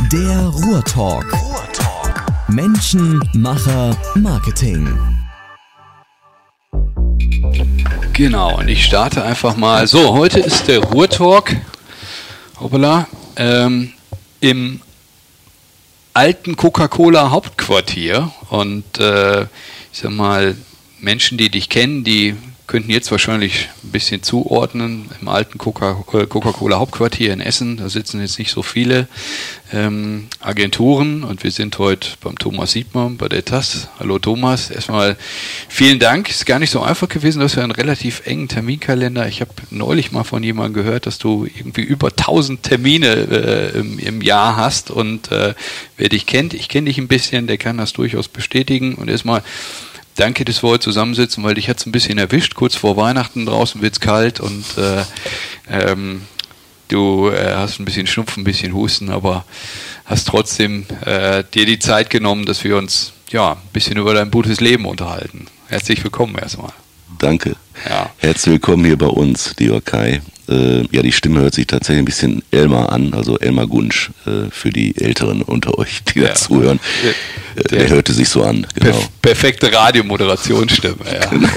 Der Ruhrtalk. Menschen, Macher, Marketing. Genau, und ich starte einfach mal. So, heute ist der Ruhrtalk hoppala, im alten Coca-Cola Hauptquartier. Und ich sag mal, Menschen, die dich kennen, die könnten jetzt wahrscheinlich ein bisschen zuordnen. Im alten Coca-Cola Hauptquartier in Essen, da sitzen jetzt nicht so viele Agenturen, und wir sind heute beim Thomas Siebmann bei der TAS. Hallo Thomas, erstmal vielen Dank. Ist gar nicht so einfach gewesen, du hast ja einen relativ engen Terminkalender. Ich habe neulich mal von jemandem gehört, dass du irgendwie über 1000 Termine im Jahr hast, und wer dich kennt, ich kenne dich ein bisschen, der kann das durchaus bestätigen. Und erstmal danke, dass wir heute zusammensitzen, weil dich hat es ein bisschen erwischt. Kurz vor Weihnachten, draußen wird es kalt, und du hast ein bisschen Schnupfen, ein bisschen Husten, aber hast trotzdem dir die Zeit genommen, dass wir uns ein bisschen über dein gutes Leben unterhalten. Herzlich willkommen erstmal. Danke. Ja. Herzlich willkommen hier bei uns, lieber Kai. Die Stimme hört sich tatsächlich ein bisschen Elmar an, also Elmar Gunsch, für die Älteren unter euch, die da zuhören. Der hörte sich so an. Genau. Perfekte Radiomoderationsstimme. Ja. Genau.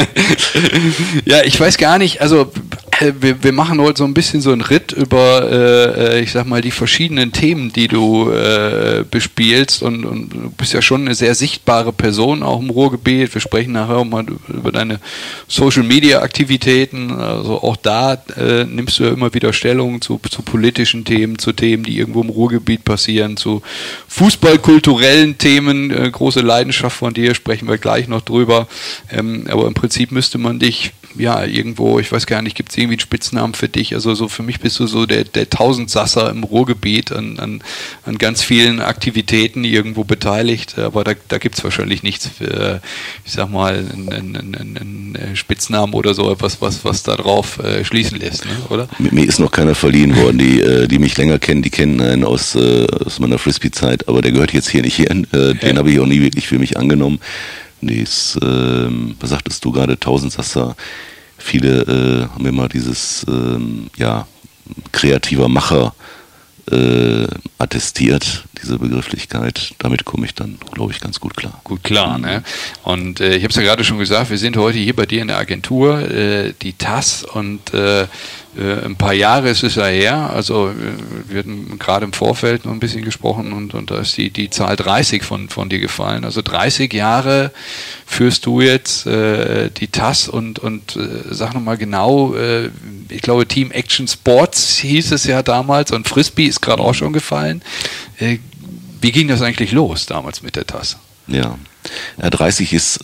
Ja, ich weiß gar nicht, also wir machen heute so ein bisschen so einen Ritt über, ich sag mal, die verschiedenen Themen, die du bespielst, und du bist ja schon eine sehr sichtbare Person auch im Ruhrgebiet. Wir sprechen nachher auch mal über deine Social-Media-Aktivitäten, also auch da nimmst du ja immer wieder Stellung zu politischen Themen, zu Themen, die irgendwo im Ruhrgebiet passieren, zu fußballkulturellen Themen, große Leidenschaft von dir, sprechen wir gleich noch drüber, aber im Prinzip müsste man dich irgendwo, ich weiß gar nicht, gibt es irgendwie einen Spitznamen für dich? Also so für mich bist du so der Tausendsasser im Ruhrgebiet, an ganz vielen Aktivitäten irgendwo beteiligt, aber da gibt es wahrscheinlich nichts für, ich sag mal, einen Spitznamen oder so etwas, was da drauf schließen lässt, ne? Oder? Mir ist noch keiner verliehen worden, die mich länger kennen, die kennen einen aus meiner Frisbee-Zeit, aber der gehört jetzt hier nicht hin, den habe ich auch nie wirklich für mich angenommen. Was sagtest du gerade, Tausendsasser? Viele haben immer dieses kreativer Macher attestiert, diese Begrifflichkeit. Damit komme ich dann, glaube ich, ganz gut klar. Gut klar, ne? Und ich habe es ja gerade schon gesagt, wir sind heute hier bei dir in der Agentur, die TAS, und ein paar Jahre ist es ja her, also wir hatten gerade im Vorfeld noch ein bisschen gesprochen, und da ist die Zahl 30 von dir gefallen. Also 30 Jahre führst du jetzt die TAS, und sag nochmal genau, ich glaube Team Action Sports hieß es ja damals, und Frisbee ist gerade auch schon gefallen. Wie ging das eigentlich los damals mit der TAS? Ja 30 ist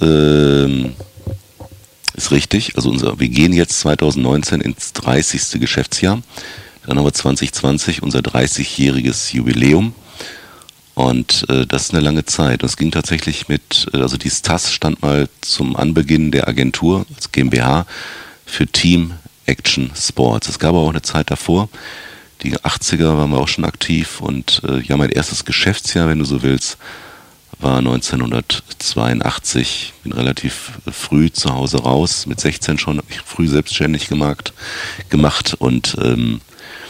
richtig. Also wir gehen jetzt 2019 ins 30. Geschäftsjahr. Dann haben wir 2020 unser 30-jähriges Jubiläum. Und das ist eine lange Zeit. Und es ging tatsächlich also die TAS stand mal zum Anbeginn der Agentur als GmbH für Team Action Sports. Es gab aber auch eine Zeit davor. Die 80er waren wir auch schon aktiv, und mein erstes Geschäftsjahr, wenn du so willst, war 1982, bin relativ früh zu Hause raus, mit 16 schon, habe ich früh selbstständig gemacht, und und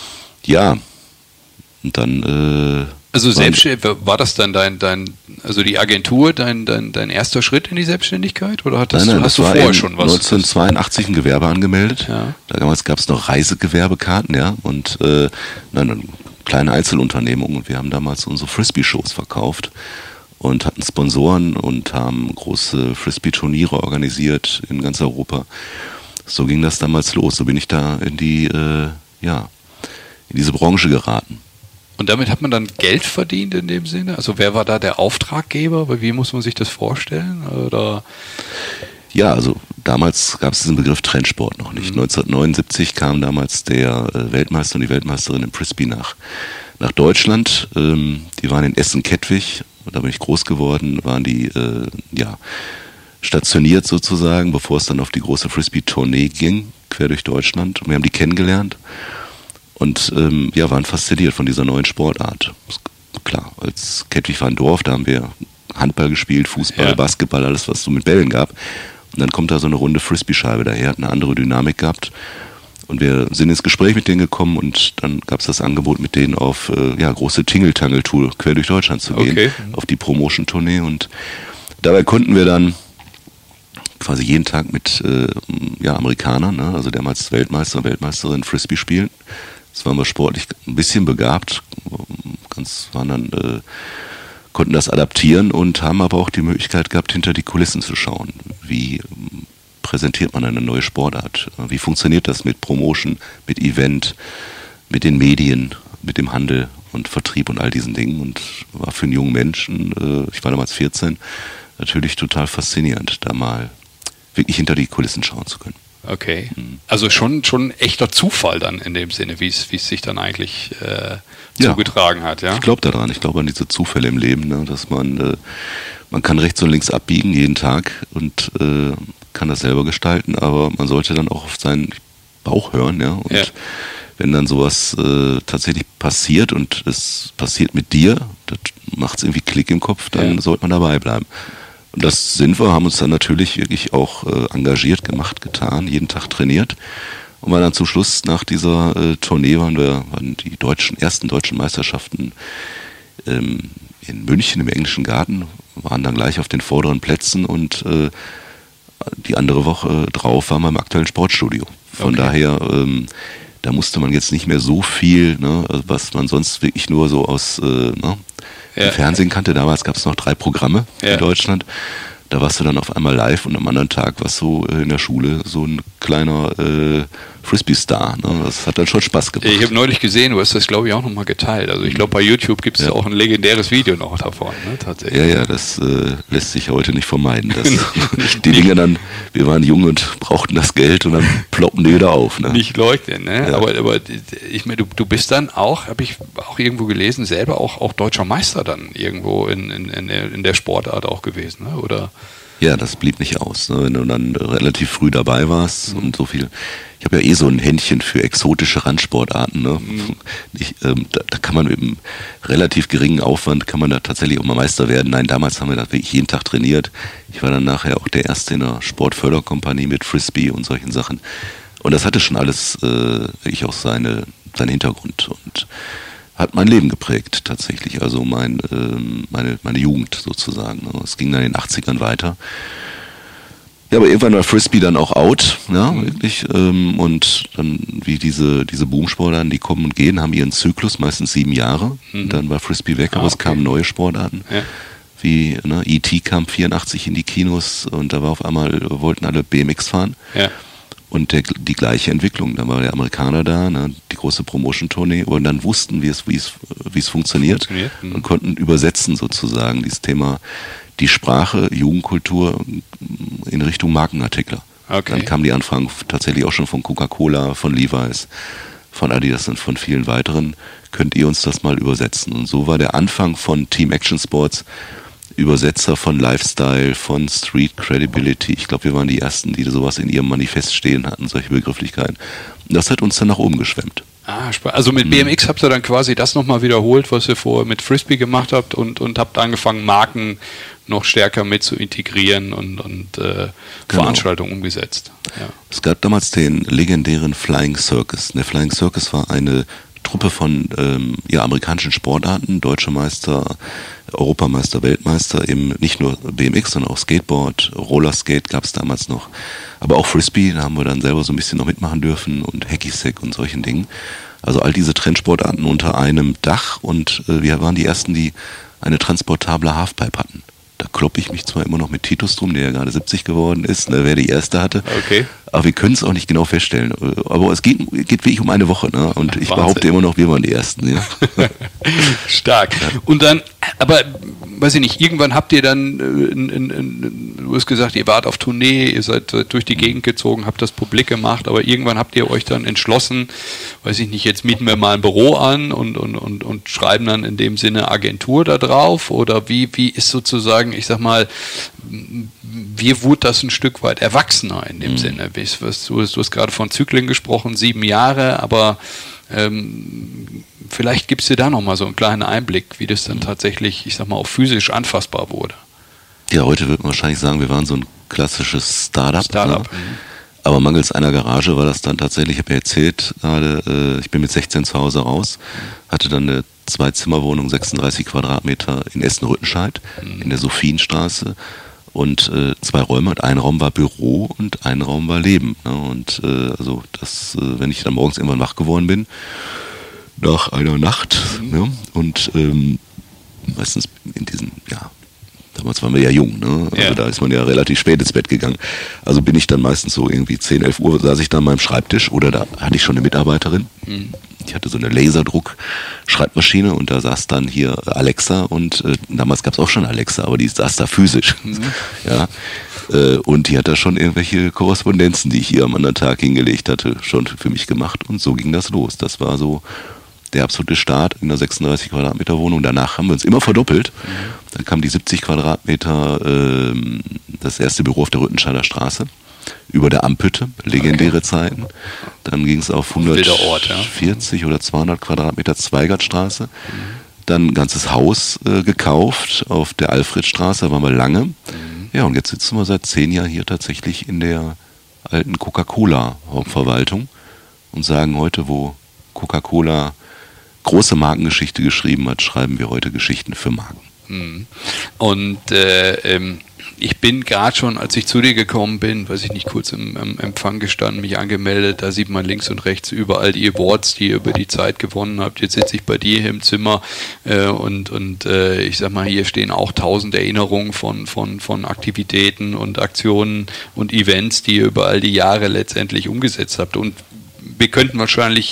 dann also war das dann also die Agentur dein erster Schritt in die Selbstständigkeit, oder hast du vorher schon was? 1982 ein Gewerbe angemeldet. Ja. Damals gab es noch Reisegewerbekarten, und eine kleine Einzelunternehmung, und wir haben damals unsere Frisbee-Shows verkauft und hatten Sponsoren und haben große Frisbee-Turniere organisiert in ganz Europa. So ging das damals los. So bin ich da in diese Branche geraten. Und damit hat man dann Geld verdient in dem Sinne? Also wer war da der Auftraggeber? Wie muss man sich das vorstellen? Oder? Ja, also damals gab es diesen Begriff Trendsport noch nicht. 1979 kam damals der Weltmeister und die Weltmeisterin im Frisbee nach Deutschland. Die waren in Essen-Kettwig, da bin ich groß geworden, waren die stationiert sozusagen, bevor es dann auf die große Frisbee-Tournee ging, quer durch Deutschland. Und wir haben die kennengelernt und waren fasziniert von dieser neuen Sportart. Klar, als Kettwig war ein Dorf, da haben wir Handball gespielt, Fußball, Basketball, alles, was es so mit Bällen gab. Und dann kommt da so eine runde Frisbee-Scheibe daher, hat eine andere Dynamik gehabt. Und wir sind ins Gespräch mit denen gekommen und dann gab es das Angebot, mit denen auf große Tingle-Tangle-Tour quer durch Deutschland zu gehen, auf die Promotion-Tournee. Und dabei konnten wir dann quasi jeden Tag mit Amerikanern, ne, also damals Weltmeister und Weltmeisterin Frisbee spielen. Das waren wir sportlich ein bisschen begabt, konnten das adaptieren und haben aber auch die Möglichkeit gehabt, hinter die Kulissen zu schauen. Wie präsentiert man eine neue Sportart? Wie funktioniert das mit Promotion, mit Event, mit den Medien, mit dem Handel und Vertrieb und all diesen Dingen? Und war für einen jungen Menschen, ich war damals 14, natürlich total faszinierend, da mal wirklich hinter die Kulissen schauen zu können. Okay, also schon echter Zufall dann in dem Sinne, wie es sich dann eigentlich zugetragen hat, ja? Ich glaube daran, ich glaube an diese Zufälle im Leben, ne, dass man kann rechts und links abbiegen jeden Tag und kann das selber gestalten, aber man sollte dann auch auf seinen Bauch hören, ja, und wenn dann sowas tatsächlich passiert und es passiert mit dir, das macht es irgendwie Klick im Kopf, dann sollte man dabei bleiben. Und das sind wir, haben uns dann natürlich wirklich auch engagiert gemacht, getan, jeden Tag trainiert. Und waren dann zum Schluss nach dieser Tournee waren die ersten deutschen Meisterschaften in München im Englischen Garten, waren dann gleich auf den vorderen Plätzen und die andere Woche drauf waren wir im aktuellen Sportstudio. Von daher, da musste man jetzt nicht mehr so viel, ne, was man sonst wirklich nur so aus im Fernsehen kannte. Damals gab es noch 3 Programme in Deutschland. Da warst du dann auf einmal live und am anderen Tag warst du in der Schule so ein kleiner Frisbee-Star. Ne? Das hat dann schon Spaß gemacht. Ich habe neulich gesehen, du hast das glaube ich auch nochmal geteilt. Also ich glaube bei YouTube gibt es auch ein legendäres Video noch davon. Ne? Tatsächlich. Ja, das lässt sich heute nicht vermeiden. Die Dinge dann, wir waren jung und brauchten das Geld und dann ploppen die wieder auf. Ne? Nicht leugnen, ne? Ja. Aber ich meine, du bist dann auch, habe ich auch irgendwo gelesen, selber auch deutscher Meister dann irgendwo in der Sportart auch gewesen, ne? Oder? Ja, das blieb nicht aus. Ne? Wenn du dann relativ früh dabei warst und so viel. Ich habe ja so ein Händchen für exotische Randsportarten. Ne? Da kann man mit einem relativ geringen Aufwand kann man da tatsächlich auch mal Meister werden. Nein, damals haben wir das wirklich jeden Tag trainiert. Ich war dann nachher auch der Erste in der Sportförderkompanie mit Frisbee und solchen Sachen. Und das hatte schon alles wirklich auch seinen Hintergrund und hat mein Leben geprägt tatsächlich, also meine Jugend sozusagen. Es ging dann in den 80ern weiter. Ja, aber irgendwann war Frisbee dann auch out, ja, wirklich. Und dann, wie diese Boomsportarten, die kommen und gehen, haben ihren Zyklus, meistens 7 Jahre. Und dann war Frisbee weg, aber es kamen neue Sportarten. Ja. Wie E.T. kam 84 in die Kinos und da war auf einmal, wollten alle BMX fahren. Ja. Und die gleiche Entwicklung. Da war der Amerikaner da, ne, die große Promotion-Tournee, und dann wussten, wie es funktioniert und konnten übersetzen sozusagen dieses Thema, die Sprache, Jugendkultur in Richtung Markenartikler. Okay. Dann kamen die Anfragen tatsächlich auch schon von Coca-Cola, von Levi's, von Adidas und von vielen weiteren. Könnt ihr uns das mal übersetzen? Und so war der Anfang von Team Action Sports, Übersetzer von Lifestyle, von Street Credibility. Ich glaube, wir waren die Ersten, die sowas in ihrem Manifest stehen hatten, solche Begrifflichkeiten. Und das hat uns dann nach oben geschwemmt. Also mit BMX habt ihr dann quasi das nochmal wiederholt, was ihr vorher mit Frisbee gemacht habt und habt angefangen, Marken noch stärker mit zu integrieren und Veranstaltungen umgesetzt. Ja. Es gab damals den legendären Flying Circus. Der Flying Circus war eine Truppe von amerikanischen Sportarten, Deutsche Meister, Europameister, Weltmeister, eben nicht nur BMX, sondern auch Skateboard, Rollerskate gab es damals noch, aber auch Frisbee, da haben wir dann selber so ein bisschen noch mitmachen dürfen und Hacky-Sack und solchen Dingen. Also all diese Trendsportarten unter einem Dach und wir waren die Ersten, die eine transportable Halfpipe hatten. Da kloppe ich mich zwar immer noch mit Titus drum, der ja gerade 70 geworden ist, ne, wer die erste hatte. Okay. Aber wir können es auch nicht genau feststellen. Aber es geht wirklich um eine Woche. Ne? Und ich behaupte immer noch, wir waren die Ersten. Ja? Stark. Ja. Und dann, aber weiß ich nicht, irgendwann habt ihr dann, du hast gesagt, ihr wart auf Tournee, ihr seid durch die Gegend gezogen, habt das publik gemacht, aber irgendwann habt ihr euch dann entschlossen, weiß ich nicht, jetzt mieten wir mal ein Büro an und schreiben dann in dem Sinne Agentur da drauf, oder wie ist sozusagen, ich sag mal, wie wurde das ein Stück weit erwachsener in dem Sinne? Du hast gerade von Zyklen gesprochen, 7 Jahre, aber vielleicht gibst du da nochmal so einen kleinen Einblick, wie das dann tatsächlich, ich sag mal, auch physisch anfassbar wurde. Ja, heute würde man wahrscheinlich sagen, wir waren so ein klassisches Startup. Ne? Aber mangels einer Garage war das dann tatsächlich, ich habe ja erzählt gerade, ich bin mit 16 zu Hause raus, hatte dann eine Zweizimmerwohnung, 36 Quadratmeter in Essen-Rüttenscheid, in der Sophienstraße und 2 Räume. Und ein Raum war Büro und ein Raum war Leben. Ne? Und also das, wenn ich dann morgens irgendwann wach geworden bin, nach einer Nacht, ne? Und meistens in diesen, ja, damals waren wir ja jung, ne? Also da ist man ja relativ spät ins Bett gegangen. Also bin ich dann meistens so irgendwie 10, 11 Uhr, saß ich da an meinem Schreibtisch oder da hatte ich schon eine Mitarbeiterin. Ich hatte so eine Laserdruck-Schreibmaschine und da saß dann hier Alexa und damals gab es auch schon Alexa, aber die saß da physisch. Ja. Und die hat da schon irgendwelche Korrespondenzen, die ich ihr am anderen Tag hingelegt hatte, schon für mich gemacht und so ging das los. Das war so der absolute Start in der 36 Quadratmeter Wohnung. Danach haben wir uns immer verdoppelt. Dann kam die 70 Quadratmeter, das erste Büro auf der Rüttenscheider Straße, über der Amphütte, legendäre Zeiten. Dann ging es auf 140 oder 200 Quadratmeter Zweigertstraße. Dann ein ganzes Haus gekauft auf der Alfredstraße, da waren wir lange. Ja, und jetzt sitzen wir seit 10 Jahren hier tatsächlich in der alten Coca-Cola-Hauptverwaltung und sagen heute, wo Coca-Cola große Markengeschichte geschrieben hat, schreiben wir heute Geschichten für Marken. Und ich bin gerade schon, als ich zu dir gekommen bin, weiß ich nicht, kurz im Empfang gestanden, mich angemeldet, da sieht man links und rechts überall die Awards, die ihr über die Zeit gewonnen habt. Jetzt sitze ich bei dir hier im Zimmer und ich sag mal, hier stehen auch 1000 Erinnerungen von Aktivitäten und Aktionen und Events, die ihr über all die Jahre letztendlich umgesetzt habt. Und wir könnten wahrscheinlich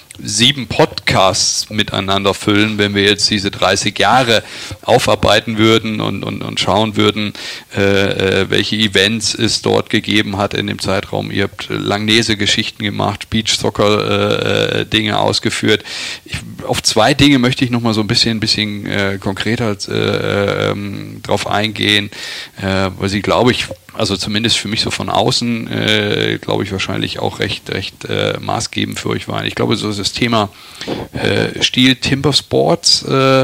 7 Podcasts miteinander füllen, wenn wir jetzt diese 30 Jahre aufarbeiten würden und schauen würden, welche Events es dort gegeben hat in dem Zeitraum. Ihr habt Langnese-Geschichten gemacht, Beach-Soccer-Dinge ausgeführt. Auf 2 Dinge möchte ich nochmal so ein bisschen konkreter drauf eingehen, weil sie, glaube ich, also zumindest für mich so von außen, glaube ich, wahrscheinlich auch recht maßgebend für euch waren. Ich glaube, so das Thema Stihl Timber Sports,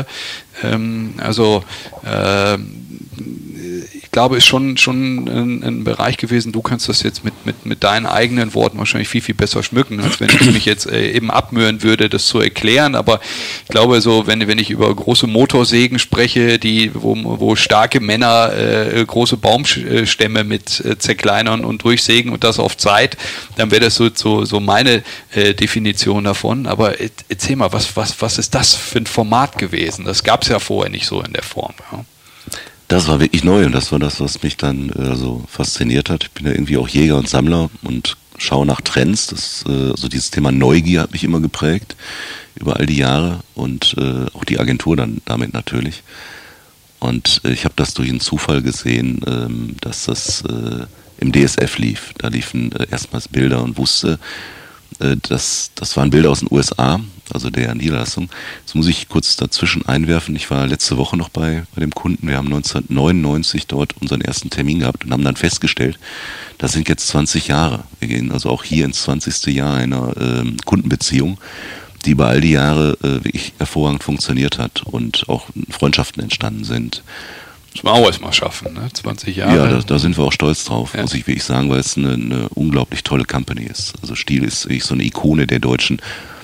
ich glaube, ist schon ein Bereich gewesen. Du kannst das jetzt mit deinen eigenen Worten wahrscheinlich viel, viel besser schmücken, als wenn ich mich jetzt eben abmühen würde, das zu erklären. Aber ich glaube, so wenn ich über große Motorsägen spreche, wo starke Männer große Baumstämme mit zerkleinern und durchsägen und das auf Zeit, dann wäre das so meine Definition davon. Aber erzähl mal, was ist das für ein Format gewesen? Das gab es ja vorher nicht so in der Form. Ja. Das war wirklich neu und das war das, was mich dann so fasziniert hat. Ich bin ja irgendwie auch Jäger und Sammler und schaue nach Trends. Also dieses Thema Neugier hat mich immer geprägt über all die Jahre und auch die Agentur dann damit natürlich. Und ich habe das durch einen Zufall gesehen, dass das im DSF lief. Da liefen erstmals Bilder und wusste, das waren Bilder aus den USA, also der Niederlassung. Jetzt muss ich kurz dazwischen einwerfen. Ich war letzte Woche noch bei dem Kunden. Wir haben 1999 dort unseren ersten Termin gehabt und haben dann festgestellt, das sind jetzt 20 Jahre. Wir gehen also auch hier ins 20. Jahr einer Kundenbeziehung, die über all die Jahre wirklich hervorragend funktioniert hat und auch Freundschaften entstanden sind. Das muss man auch erstmal schaffen, ne? 20 Jahre. Ja, da sind wir auch stolz drauf, muss ich wirklich sagen, weil es eine unglaublich tolle Company ist. Also Stihl ist wirklich so eine Ikone der deutschen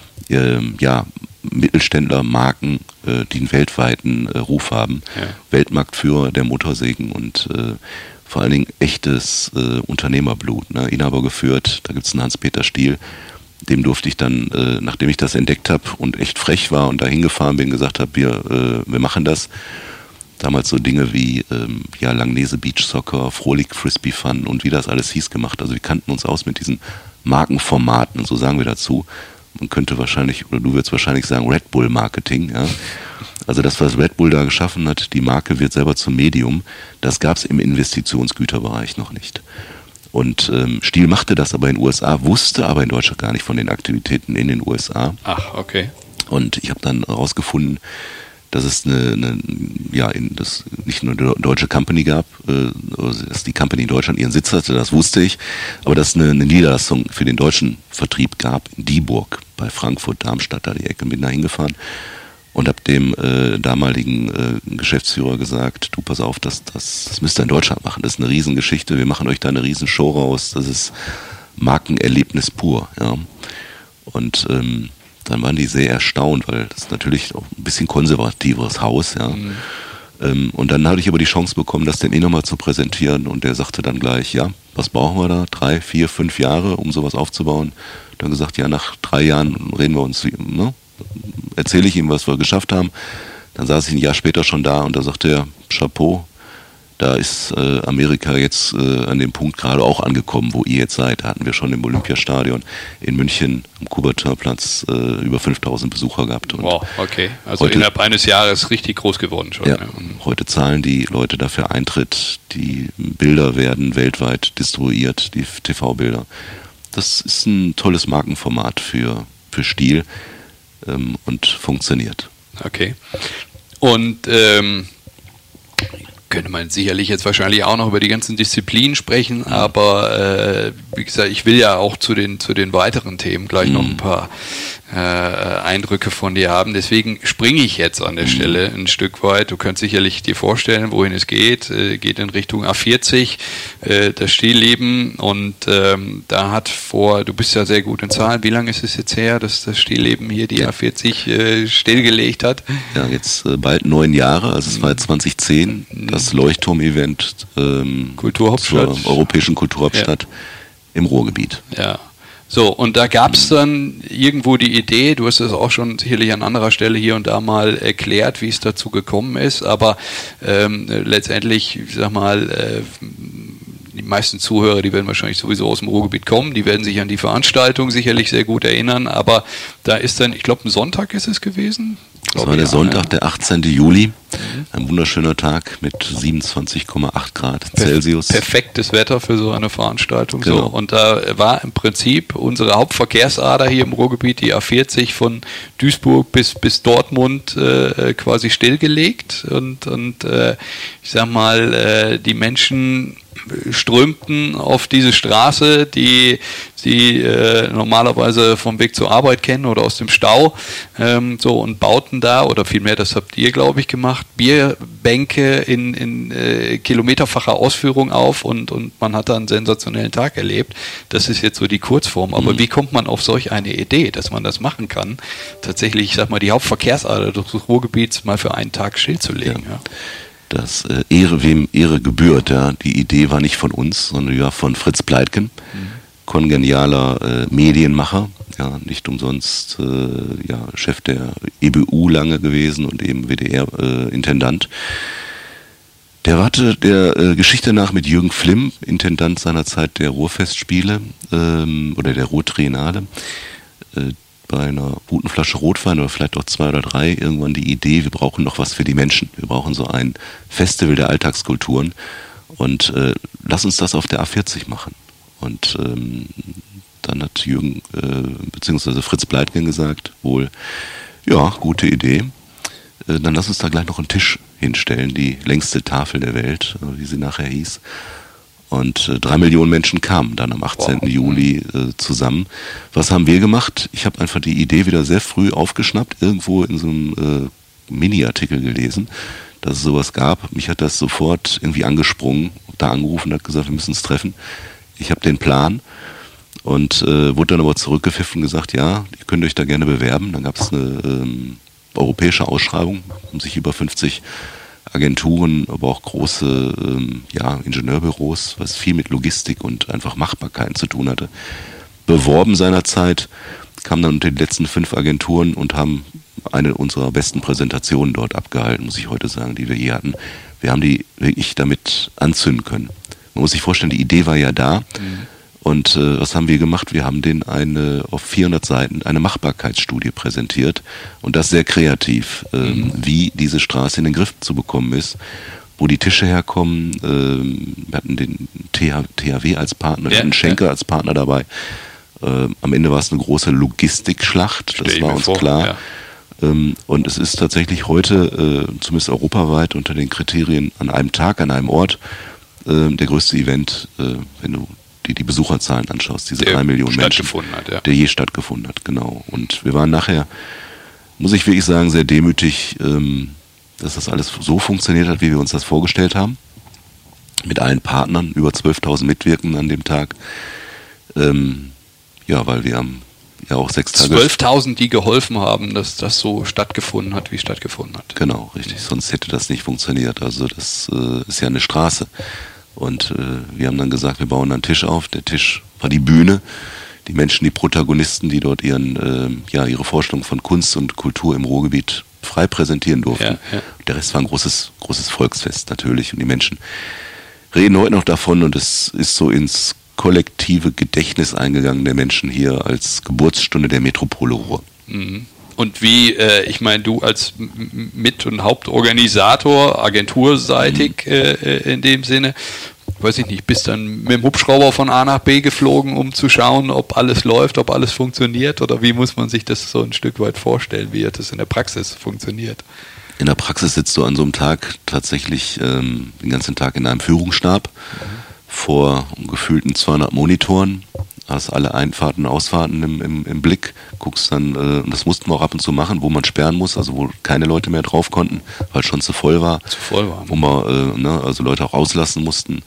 Mittelständler, Marken, die einen weltweiten Ruf haben. Ja. Weltmarktführer der Motorsägen und vor allen Dingen echtes Unternehmerblut. Ne? Inhaber geführt, da gibt es einen Hans-Peter Stihl. Dem durfte ich dann, nachdem ich das entdeckt habe und echt frech war und da hingefahren bin, gesagt habe, wir machen das. Damals so Dinge wie Langnese Beach Soccer, Frohlich Frisbee Fun und wie das alles hieß gemacht. Also wir kannten uns aus mit diesen Markenformaten und so sagen wir dazu. Man könnte wahrscheinlich, oder du würdest wahrscheinlich sagen, Red Bull Marketing. Ja? Also das, was Red Bull da geschaffen hat, die Marke wird selber zum Medium, das gab es im Investitionsgüterbereich noch nicht. Und Stihl machte das aber in den USA, wusste aber in Deutschland gar nicht von den Aktivitäten in den USA. Ach, okay. Und ich habe dann herausgefunden, dass es das nicht nur eine deutsche Company gab, dass die Company in Deutschland ihren Sitz hatte, das wusste ich, aber dass es eine Niederlassung für den deutschen Vertrieb gab, in Dieburg, bei Frankfurt, Darmstadt, da die Ecke, bin da hingefahren und habe dem damaligen Geschäftsführer gesagt, du pass auf, das müsst ihr in Deutschland machen, das ist eine Riesengeschichte, wir machen euch da eine Riesenshow raus, das ist Markenerlebnis pur. Ja. Und dann waren die sehr erstaunt, weil das ist natürlich auch ein bisschen konservativeres Haus. Ja. Und dann hatte ich aber die Chance bekommen, das den nochmal zu präsentieren, und der sagte dann gleich, ja, was brauchen wir da? 3, 4, 5 Jahre, um sowas aufzubauen? Dann gesagt, ja, nach 3 Jahren reden wir uns, ne? Erzähle ich ihm, was wir geschafft haben. Dann saß ich ein Jahr später schon da und da sagte er, Chapeau, da ist Amerika jetzt an dem Punkt gerade auch angekommen, wo ihr jetzt seid. Da hatten wir schon im Olympiastadion in München am Coubertin-Platz über 5000 Besucher gehabt. Und wow, okay. Also heute, innerhalb eines Jahres richtig groß geworden schon. Ja, heute zahlen die Leute dafür Eintritt. Die Bilder werden weltweit distribuiert, die TV-Bilder. Das ist ein tolles Markenformat für Stil und funktioniert. Okay. Und könnte man sicherlich jetzt wahrscheinlich auch noch über die ganzen Disziplinen sprechen, aber wie gesagt, ich will ja auch zu den weiteren Themen gleich noch ein paar Eindrücke von dir haben. Deswegen springe ich jetzt an der Stelle ein Stück weit. Du kannst sicherlich dir vorstellen, wohin es geht. Geht in Richtung A40, das Stillleben, und da hat du bist ja sehr gut in Zahlen. Wie lange ist es jetzt her, dass das Stillleben hier die A40 stillgelegt hat? Ja, jetzt bald 9 Jahre, also es war 2010, das Leuchtturm-Event Kulturhauptstadt. zur Europäischen Kulturhauptstadt im Ruhrgebiet. Ja. So, und da gab es dann irgendwo die Idee, du hast es auch schon sicherlich an anderer Stelle hier und da mal erklärt, wie es dazu gekommen ist, aber letztendlich, ich sag mal, die meisten Zuhörer, die werden wahrscheinlich sowieso aus dem Ruhrgebiet kommen, die werden sich an die Veranstaltung sicherlich sehr gut erinnern, aber da ist dann, ich glaube, ein Sonntag ist es gewesen? Das war der Sonntag, der 18. Juli, ein wunderschöner Tag mit 27,8 Grad Celsius. Perfektes Wetter für so eine Veranstaltung. Genau. So. Und da war im Prinzip unsere Hauptverkehrsader hier im Ruhrgebiet, die A40 von Duisburg bis Dortmund quasi stillgelegt. Und ich sag mal, die Menschen strömten auf diese Straße, die sie normalerweise vom Weg zur Arbeit kennen oder aus dem Stau, und bauten da, oder vielmehr, das habt ihr, glaube ich, gemacht, Bierbänke in kilometerfacher Ausführung auf, und man hat da einen sensationellen Tag erlebt. Das ist jetzt so die Kurzform. Aber wie kommt man auf solch eine Idee, dass man das machen kann? Tatsächlich, ich sag mal, die Hauptverkehrsader des Ruhrgebiets mal für einen Tag stillzulegen. Ja. Das Ehre wem Ehre gebührt. Ja. Die Idee war nicht von uns, sondern die war von Fritz Pleitgen, kongenialer Medienmacher, ja, nicht umsonst Chef der EBU lange gewesen und eben WDR-Intendant. Der hatte der Geschichte nach mit Jürgen Flimm, Intendant seinerzeit der Ruhrfestspiele oder der Ruhrtriennale, bei einer guten Flasche Rotwein oder vielleicht auch 2 oder 3 irgendwann die Idee, wir brauchen noch was für die Menschen. Wir brauchen so ein Festival der Alltagskulturen und lass uns das auf der A40 machen. Und dann hat Jürgen bzw. Fritz Pleitgen gesagt, wohl, ja, gute Idee. Dann lass uns da gleich noch einen Tisch hinstellen, die längste Tafel der Welt, wie sie nachher hieß. Und 3 Millionen Menschen kamen dann am 18. Juli zusammen. Was haben wir gemacht? Ich habe einfach die Idee wieder sehr früh aufgeschnappt, irgendwo in so einem Mini-Artikel gelesen, dass es sowas gab. Mich hat das sofort irgendwie angesprungen, da angerufen und hat gesagt, wir müssen uns treffen. Ich habe den Plan und wurde dann aber zurückgepfiffen und gesagt, ja, ihr könnt euch da gerne bewerben. Dann gab es eine europäische Ausschreibung, um sich über 50 Agenturen, aber auch große Ingenieurbüros, was viel mit Logistik und einfach Machbarkeiten zu tun hatte, beworben seinerzeit, kamen dann unter die letzten 5 Agenturen und haben eine unserer besten Präsentationen dort abgehalten, muss ich heute sagen, die wir hier hatten. Wir haben die wirklich damit anzünden können. Man muss sich vorstellen, die Idee war ja da. Und was haben wir gemacht? Wir haben denen auf 400 Seiten eine Machbarkeitsstudie präsentiert und das sehr kreativ, wie diese Straße in den Griff zu bekommen ist, wo die Tische herkommen. Wir hatten den THW als Partner, wir hatten Schenker als Partner dabei. Am Ende war es eine große Logistikschlacht, das war uns klar. Ja. Und es ist tatsächlich heute, zumindest europaweit, unter den Kriterien an einem Tag, an einem Ort, der größte Event, wenn du die Besucherzahlen anschaust, diese 3 Millionen Menschen, der je stattgefunden hat, genau. Und wir waren nachher, muss ich wirklich sagen, sehr demütig, dass das alles so funktioniert hat, wie wir uns das vorgestellt haben. Mit allen Partnern, über 12.000 Mitwirkenden an dem Tag. Ja, weil wir haben ja auch 6 Tage... 12.000, die geholfen haben, dass das so stattgefunden hat, wie es stattgefunden hat. Genau, richtig. Sonst hätte das nicht funktioniert. Also das ist ja eine Straße. Und wir haben dann gesagt, wir bauen einen Tisch auf. Der Tisch war die Bühne. Die Menschen, die Protagonisten, die dort ihre Vorstellung von Kunst und Kultur im Ruhrgebiet frei präsentieren durften. Ja, ja. Der Rest war ein großes Volksfest natürlich. Und die Menschen reden heute noch davon und es ist so ins kollektive Gedächtnis eingegangen der Menschen hier als Geburtsstunde der Metropole Ruhr. Mhm. Und wie, ich meine, du als Mit- und Hauptorganisator, agenturseitig in dem Sinne, weiß ich nicht, bist dann mit dem Hubschrauber von A nach B geflogen, um zu schauen, ob alles läuft, ob alles funktioniert, oder wie muss man sich das so ein Stück weit vorstellen, wie das in der Praxis funktioniert? In der Praxis sitzt du an so einem Tag tatsächlich den ganzen Tag in einem Führungsstab vor gefühlten 200 Monitoren, hast alle Einfahrten und Ausfahrten im Blick, guckst dann, und das mussten wir auch ab und zu machen, wo man sperren muss, also wo keine Leute mehr drauf konnten, weil es schon zu voll war. Wo wir also Leute auch rauslassen mussten.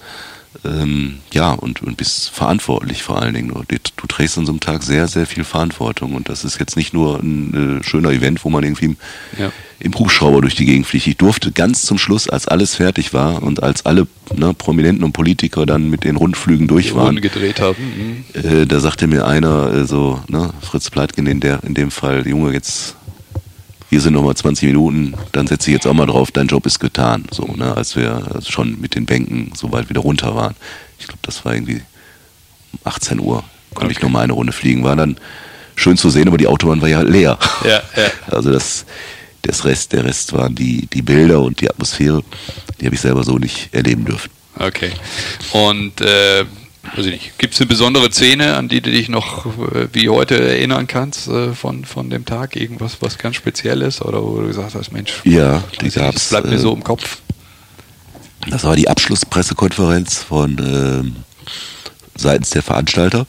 Und bist verantwortlich vor allen Dingen. Du trägst an so einem Tag sehr, sehr viel Verantwortung und das ist jetzt nicht nur ein schöner Event, wo man irgendwie im Hubschrauber durch die Gegend fliegt. Ich durfte ganz zum Schluss, als alles fertig war und als alle Prominenten und Politiker dann mit den Rundflügen durch waren, gedreht haben. Da sagte mir einer Fritz Pleitgen in dem Fall, Junge, jetzt hier sind nochmal 20 Minuten, dann setze ich jetzt auch mal drauf, dein Job ist getan. So, als wir schon mit den Bänken so weit wieder runter waren. Ich glaube, das war irgendwie 18 Uhr, konnte ich nochmal eine Runde fliegen. War dann schön zu sehen, aber die Autobahn war ja leer. Ja. Also der Rest waren die Bilder und die Atmosphäre, die habe ich selber so nicht erleben dürfen. Okay. Und weiß ich nicht, gibt es eine besondere Szene, an die du dich noch wie heute erinnern kannst von dem Tag? Irgendwas, was ganz speziell ist? Oder wo du gesagt hast, Mensch, ja, die gab's, das bleibt mir so im Kopf. Das war die Abschlusspressekonferenz von seitens der Veranstalter.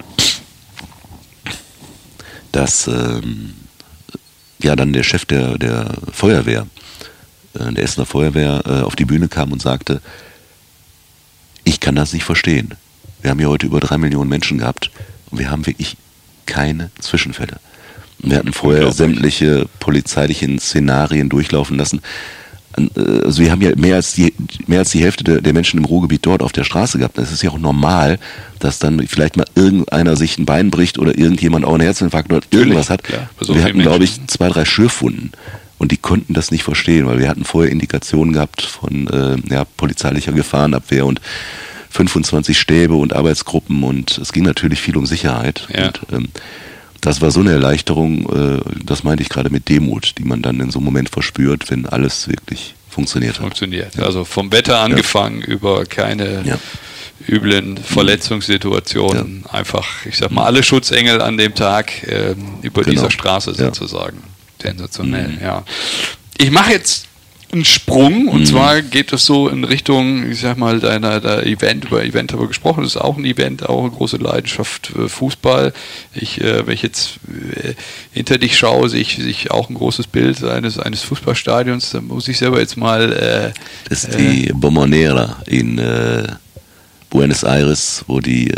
Dass dann der Chef der Feuerwehr, der Essener Feuerwehr, auf die Bühne kam und sagte, ich kann das nicht verstehen. Wir haben hier heute über 3 Millionen Menschen gehabt und wir haben wirklich keine Zwischenfälle. Wir hatten vorher sämtliche polizeilichen Szenarien durchlaufen lassen. Also wir haben ja mehr als die Hälfte der Menschen im Ruhrgebiet dort auf der Straße gehabt. Es ist ja auch normal, dass dann vielleicht mal irgendeiner sich ein Bein bricht oder irgendjemand auch einen Herzinfarkt oder irgendwas hat. Klar, wir hatten, glaube ich, 2, 3 Schürfwunden. Und die konnten das nicht verstehen, weil wir hatten vorher Indikationen gehabt von polizeilicher Gefahrenabwehr und 25 Stäbe und Arbeitsgruppen und es ging natürlich viel um Sicherheit. Ja. Und das war so eine Erleichterung, das meinte ich gerade mit Demut, die man dann in so einem Moment verspürt, wenn alles wirklich funktioniert hat. Ja. Also vom Wetter angefangen über keine üblen Verletzungssituationen, einfach, ich sag mal, alle Schutzengel an dem Tag über dieser Straße sozusagen. Sensationell, ja. Ich mache jetzt einen Sprung und zwar geht es so in Richtung, ich sag mal, deiner Event, über Event haben wir gesprochen, das ist auch ein Event, auch eine große Leidenschaft, Fußball. Wenn ich jetzt hinter dich schaue, sehe ich auch ein großes Bild eines Fußballstadions, da muss ich selber jetzt mal... das ist die Bombonera in Buenos Aires, wo die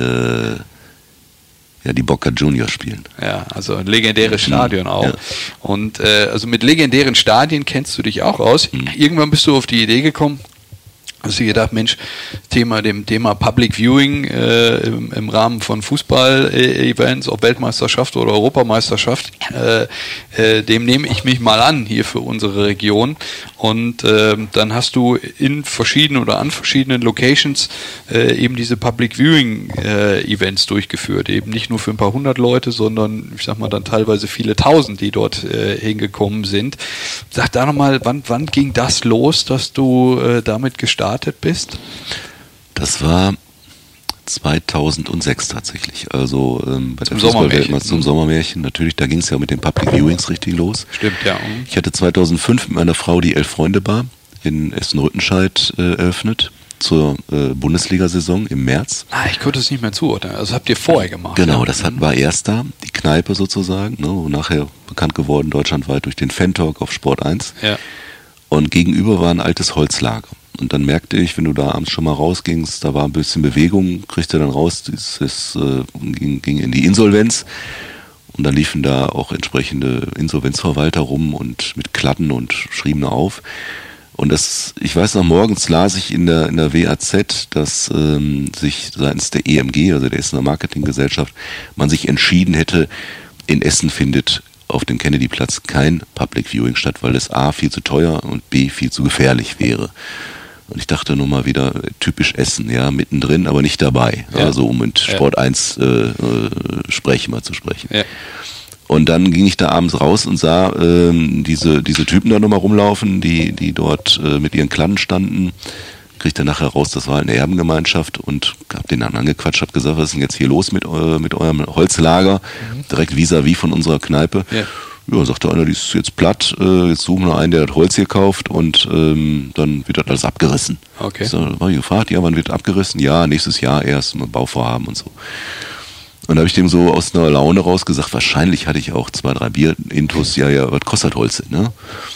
Boca Juniors spielen. Ja, also ein legendäres Stadion auch. Ja. Und also mit legendären Stadien kennst du dich auch aus. Irgendwann bist du auf die Idee gekommen, hast du gedacht, Mensch, dem Thema Public Viewing im Rahmen von Fußball-Events, ob Weltmeisterschaft oder Europameisterschaft, dem nehme ich mich mal an hier für unsere Region. Und dann hast du an verschiedenen Locations eben diese Public Viewing Events durchgeführt. Eben nicht nur für ein paar hundert Leute, sondern ich sag mal dann teilweise viele tausend, die dort hingekommen sind. Sag da nochmal, wann ging das los, dass du damit gestartet bist? Das war 2006 tatsächlich, also bei der Fußballweltmeisterschaft zum Sommermärchen. Natürlich, da ging es ja mit den Public Viewings richtig los. Stimmt, ja. Ich hatte 2005 mit meiner Frau die Elf-Freunde-Bar in Essen-Rüttenscheid eröffnet zur Bundesliga-Saison im März. Ich konnte es nicht mehr zuordnen. Also habt ihr vorher gemacht? Genau, das war erst da, die Kneipe sozusagen, und nachher bekannt geworden deutschlandweit durch den Fan-Talk auf Sport 1. Ja. Und gegenüber war ein altes Holzlager. Und dann merkte ich, wenn du da abends schon mal rausgingst, da war ein bisschen Bewegung, kriegte dann raus, ging in die Insolvenz. Und dann liefen da auch entsprechende Insolvenzverwalter rum und mit Kladden und schrieben auf. Und ich weiß noch, morgens las ich in der WAZ, dass sich seitens der EMG, also der Essener Marketinggesellschaft, man sich entschieden hätte, in Essen findet auf dem Kennedy-Platz kein Public Viewing statt, weil es A viel zu teuer und B viel zu gefährlich wäre. Und ich dachte nur mal wieder, typisch Essen, ja, mittendrin, aber nicht dabei. Ja. Also um mit Sport 1 Sprech mal zu sprechen. Ja. Und dann ging ich da abends raus und sah diese Typen da nochmal rumlaufen, die dort mit ihren Kladden standen. Kriegte nachher raus, das war eine Erbengemeinschaft und hab den dann angequatscht, hab gesagt, was ist denn jetzt hier los mit eurem Holzlager? Direkt vis-à-vis von unserer Kneipe. Ja, sagte einer, die ist jetzt platt, jetzt suchen wir einen, der das Holz hier kauft und dann wird das alles abgerissen. Okay. So, war ich gefragt, ja, wann wird abgerissen? Ja, nächstes Jahr erst, mit Bauvorhaben und so. Und da habe ich dem so aus einer Laune raus gesagt, wahrscheinlich hatte ich auch 2, 3 Bier-Intus, ja, was kostet Holz, ne?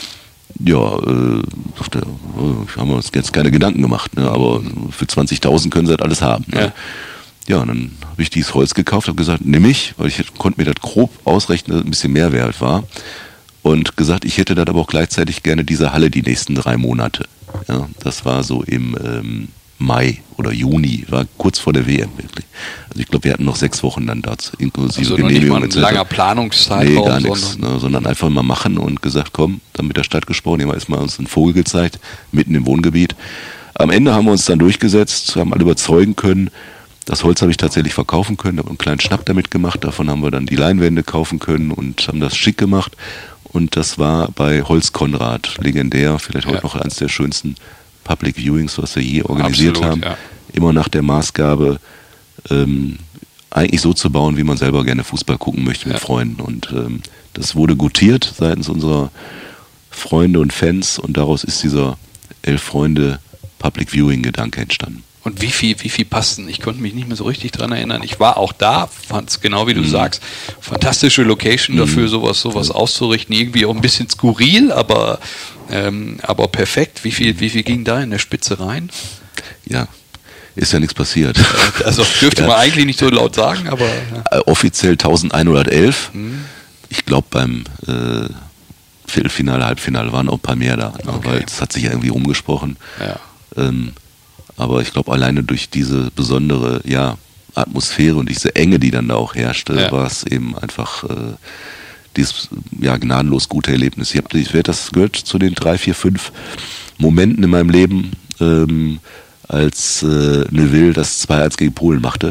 Ja, sagte er, haben wir uns jetzt keine Gedanken gemacht, ne? Aber für 20.000 können sie das alles haben. Ne? Ja, und dann habe ich dieses Holz gekauft, habe gesagt, nimm ich, weil ich konnte mir das grob ausrechnen, dass es ein bisschen mehr wert war. Und gesagt, ich hätte dann aber auch gleichzeitig gerne diese Halle die nächsten 3 Monate. Ja, das war so im Mai oder Juni, war kurz vor der WM wirklich. Also ich glaube, wir hatten noch 6 Wochen dann dazu, inklusive also Genehmigung. Nicht mal ein langer Planungszeitraum. Nee, gar nichts, sondern einfach mal machen und gesagt, komm, dann mit der Stadt gesprochen, die haben erstmal uns einen Vogel gezeigt, mitten im Wohngebiet. Am Ende haben wir uns dann durchgesetzt, haben alle überzeugen können. Das Holz habe ich tatsächlich verkaufen können, habe einen kleinen Schnapp damit gemacht, davon haben wir dann die Leinwände kaufen können und haben das schick gemacht. Und das war bei Holz Konrad, legendär, vielleicht heute noch eines der schönsten Public Viewings, was wir je organisiert haben. Ja. Immer nach der Maßgabe, eigentlich so zu bauen, wie man selber gerne Fußball gucken möchte mit Freunden. Und das wurde gutiert seitens unserer Freunde und Fans und daraus ist dieser 11 Freunde Public Viewing Gedanke entstanden. Und wie viel passten? Ich konnte mich nicht mehr so richtig dran erinnern. Ich war auch da, fand es genau wie du sagst, fantastische Location dafür, sowas auszurichten. Irgendwie auch ein bisschen skurril, aber perfekt. Wie viel ging da in der Spitze rein? Ja, ist ja nichts passiert. Also dürfte man eigentlich nicht so laut sagen, aber... Offiziell 1111. Ich glaube beim Viertelfinale, Halbfinale waren auch ein paar mehr da, weil es hat sich ja irgendwie rumgesprochen. Ja. Aber ich glaube, alleine durch diese besondere Atmosphäre und diese Enge, die dann da auch herrschte, war es eben einfach dieses gnadenlos gute Erlebnis. Das gehört zu den 3, 4, 5 Momenten in meinem Leben, als Neuville das 2-1 gegen Polen machte.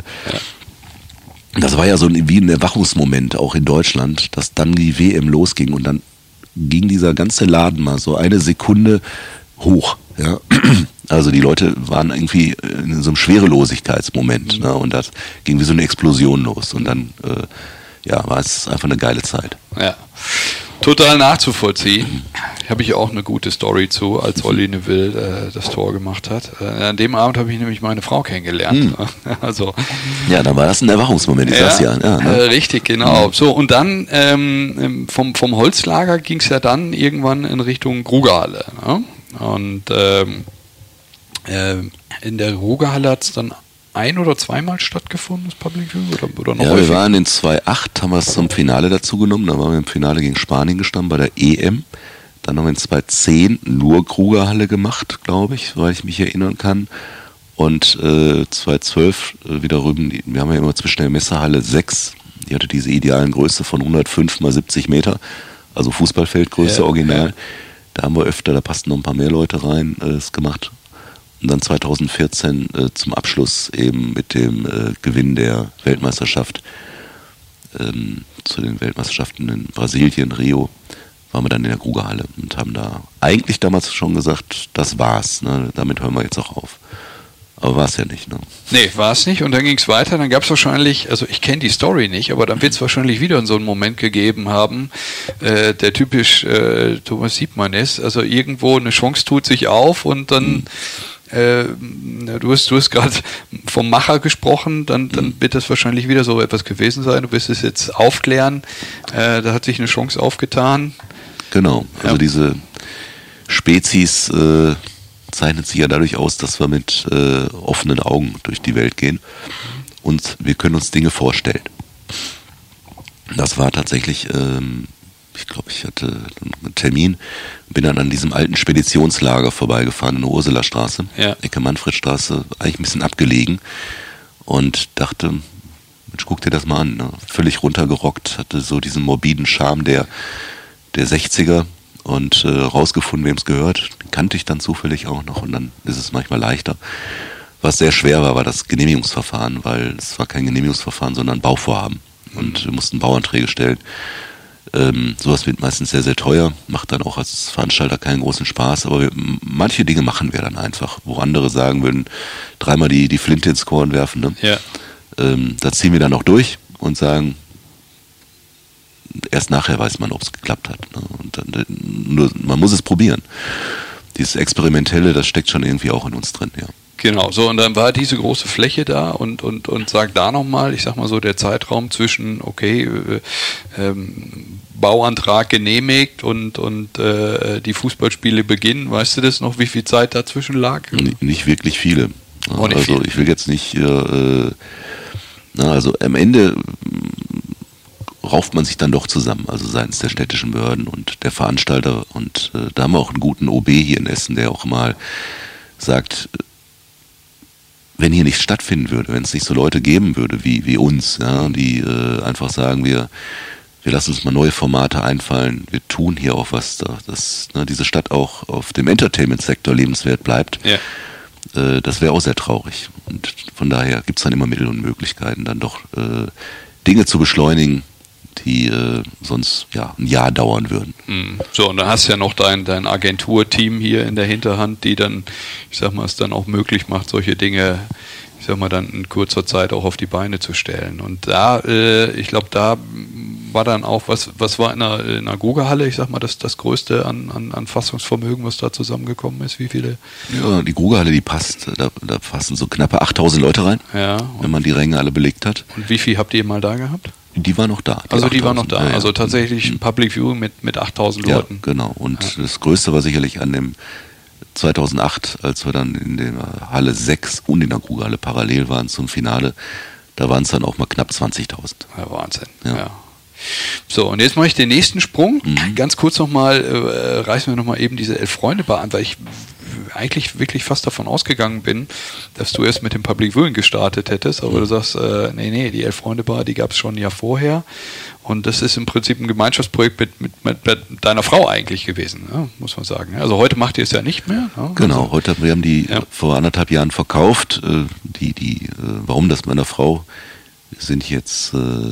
Ja. Das war ja so wie ein Erwachungsmoment auch in Deutschland, dass dann die WM losging und dann ging dieser ganze Laden mal so eine Sekunde hoch. Ja. Also die Leute waren irgendwie in so einem Schwerelosigkeitsmoment, ne? Und das ging wie so eine Explosion los und dann war es einfach eine geile Zeit. Ja, total nachzuvollziehen. Habe ich auch eine gute Story zu, als Olli Neuville das Tor gemacht hat. An dem Abend habe ich nämlich meine Frau kennengelernt. Also, ja, dann war das ein Erwachungsmoment, ich sag's ja. Ne? Richtig, genau. So, und dann vom Holzlager ging es ja dann irgendwann in Richtung Grugerhalle. Ne? Und in der Rugerhalle hat es dann 1- oder 2-mal stattgefunden, das Public Viewing? Oder noch häufig? Wir waren in 2008, haben wir es zum Finale dazu genommen. Da waren wir im Finale gegen Spanien gestanden bei der EM. Dann haben wir in 2010 nur Krugerhalle gemacht, glaube ich, soweit ich mich erinnern kann. Und 2012 wieder rüben, wir haben ja immer zwischen der Messehalle 6, die hatte diese idealen Größe von 105 mal 70 Meter, also Fußballfeldgröße original. Ja. Da haben wir öfter, da passten noch ein paar mehr Leute rein, es gemacht. Und dann 2014 zum Abschluss eben mit dem Gewinn der Weltmeisterschaft zu den Weltmeisterschaften in Brasilien, Rio, waren wir dann in der Krugerhalle und haben da eigentlich damals schon gesagt, das war's, ne? Damit hören wir jetzt auch auf. Aber war es ja nicht, ne? Nee, war es nicht. Und dann ging es weiter. Dann gab es wahrscheinlich, also ich kenne die Story nicht, aber dann wird es wahrscheinlich wieder in so einen Moment gegeben haben, der typisch Thomas Siebmann ist. Also irgendwo eine Chance tut sich auf und dann du hast gerade vom Macher gesprochen, dann wird das wahrscheinlich wieder so etwas gewesen sein. Du wirst es jetzt aufklären. Da hat sich eine Chance aufgetan. Genau, also diese Spezies zeichnet sich ja dadurch aus, dass wir mit offenen Augen durch die Welt gehen und wir können uns Dinge vorstellen. Das war tatsächlich, ich glaube, ich hatte einen Termin, bin dann an diesem alten Speditionslager vorbeigefahren in der Ursulastraße, Ecke Manfredstraße, eigentlich ein bisschen abgelegen und dachte, Mensch, guck dir das mal an, ne? Völlig runtergerockt, hatte so diesen morbiden Charme der 60er und rausgefunden, wem es gehört. Den kannte ich dann zufällig auch noch und dann ist es manchmal leichter. Was sehr schwer war das Genehmigungsverfahren, weil es war kein Genehmigungsverfahren, sondern ein Bauvorhaben. Und wir mussten Bauanträge stellen. Sowas wird meistens sehr, sehr teuer, macht dann auch als Veranstalter keinen großen Spaß, aber manche Dinge machen wir dann einfach, wo andere sagen würden, dreimal die Flinte ins Korn werfen. Ne? Ja. Da ziehen wir dann auch durch und sagen, erst nachher weiß man, ob es geklappt hat. Ne? Und dann, nur, man muss es probieren. Dieses Experimentelle, das steckt schon irgendwie auch in uns drin, ja. Genau, so und dann war diese große Fläche da und sag da nochmal, ich sag mal so, der Zeitraum zwischen, okay, Bauantrag genehmigt und die Fußballspiele beginnen, weißt du das noch, wie viel Zeit dazwischen lag? Nicht wirklich viele. Also ich will jetzt nicht, also am Ende rauft man sich dann doch zusammen, also seitens der städtischen Behörden und der Veranstalter und da haben wir auch einen guten OB hier in Essen, der auch mal sagt, wenn hier nichts stattfinden würde, wenn es nicht so Leute geben würde wie uns, ja, die einfach sagen, wir lassen uns mal neue Formate einfallen, wir tun hier auch was, dass diese Stadt auch auf dem Entertainment-Sektor lebenswert bleibt, das wäre auch sehr traurig. Und von daher gibt es dann immer Mittel und Möglichkeiten, dann doch Dinge zu beschleunigen, die sonst ein Jahr dauern würden. So, und dann hast du ja noch dein Agenturteam hier in der Hinterhand, die dann, ich sag mal, es dann auch möglich macht, solche Dinge, ich sag mal, dann in kurzer Zeit auch auf die Beine zu stellen. Und da, ich glaube, da war dann auch, was war in der Grugerhalle, ich sag mal, das Größte an Fassungsvermögen, was da zusammengekommen ist? Wie viele? Ja, die Grugerhalle, die passt, da passen so knappe 8.000 Leute rein, wenn man die Ränge alle belegt hat. Und wie viel habt ihr mal da gehabt? Die war noch da. Die war noch da. Ja. Also tatsächlich ein Public Viewing mit 8.000 Leuten. Ja, genau. Und das Größte war sicherlich an dem 2008, als wir dann in der Halle 6 und in der Grugerhalle parallel waren zum Finale, da waren es dann auch mal knapp 20.000. Ja, Wahnsinn. Ja. So, und jetzt mache ich den nächsten Sprung. Ganz kurz nochmal, reißen wir nochmal eben diese 11 Freunde Bar an, weil ich eigentlich wirklich fast davon ausgegangen bin, dass du erst mit dem Public Viewing gestartet hättest, aber du sagst, nee, die 11 Freunde Bar, die gab es schon ein Jahr vorher und das ist im Prinzip ein Gemeinschaftsprojekt mit deiner Frau eigentlich gewesen, ja, muss man sagen. Also heute macht ihr es ja nicht mehr. Ja? Genau, wir haben die vor 1,5 Jahren verkauft. Warum das meiner Frau? Wir sind jetzt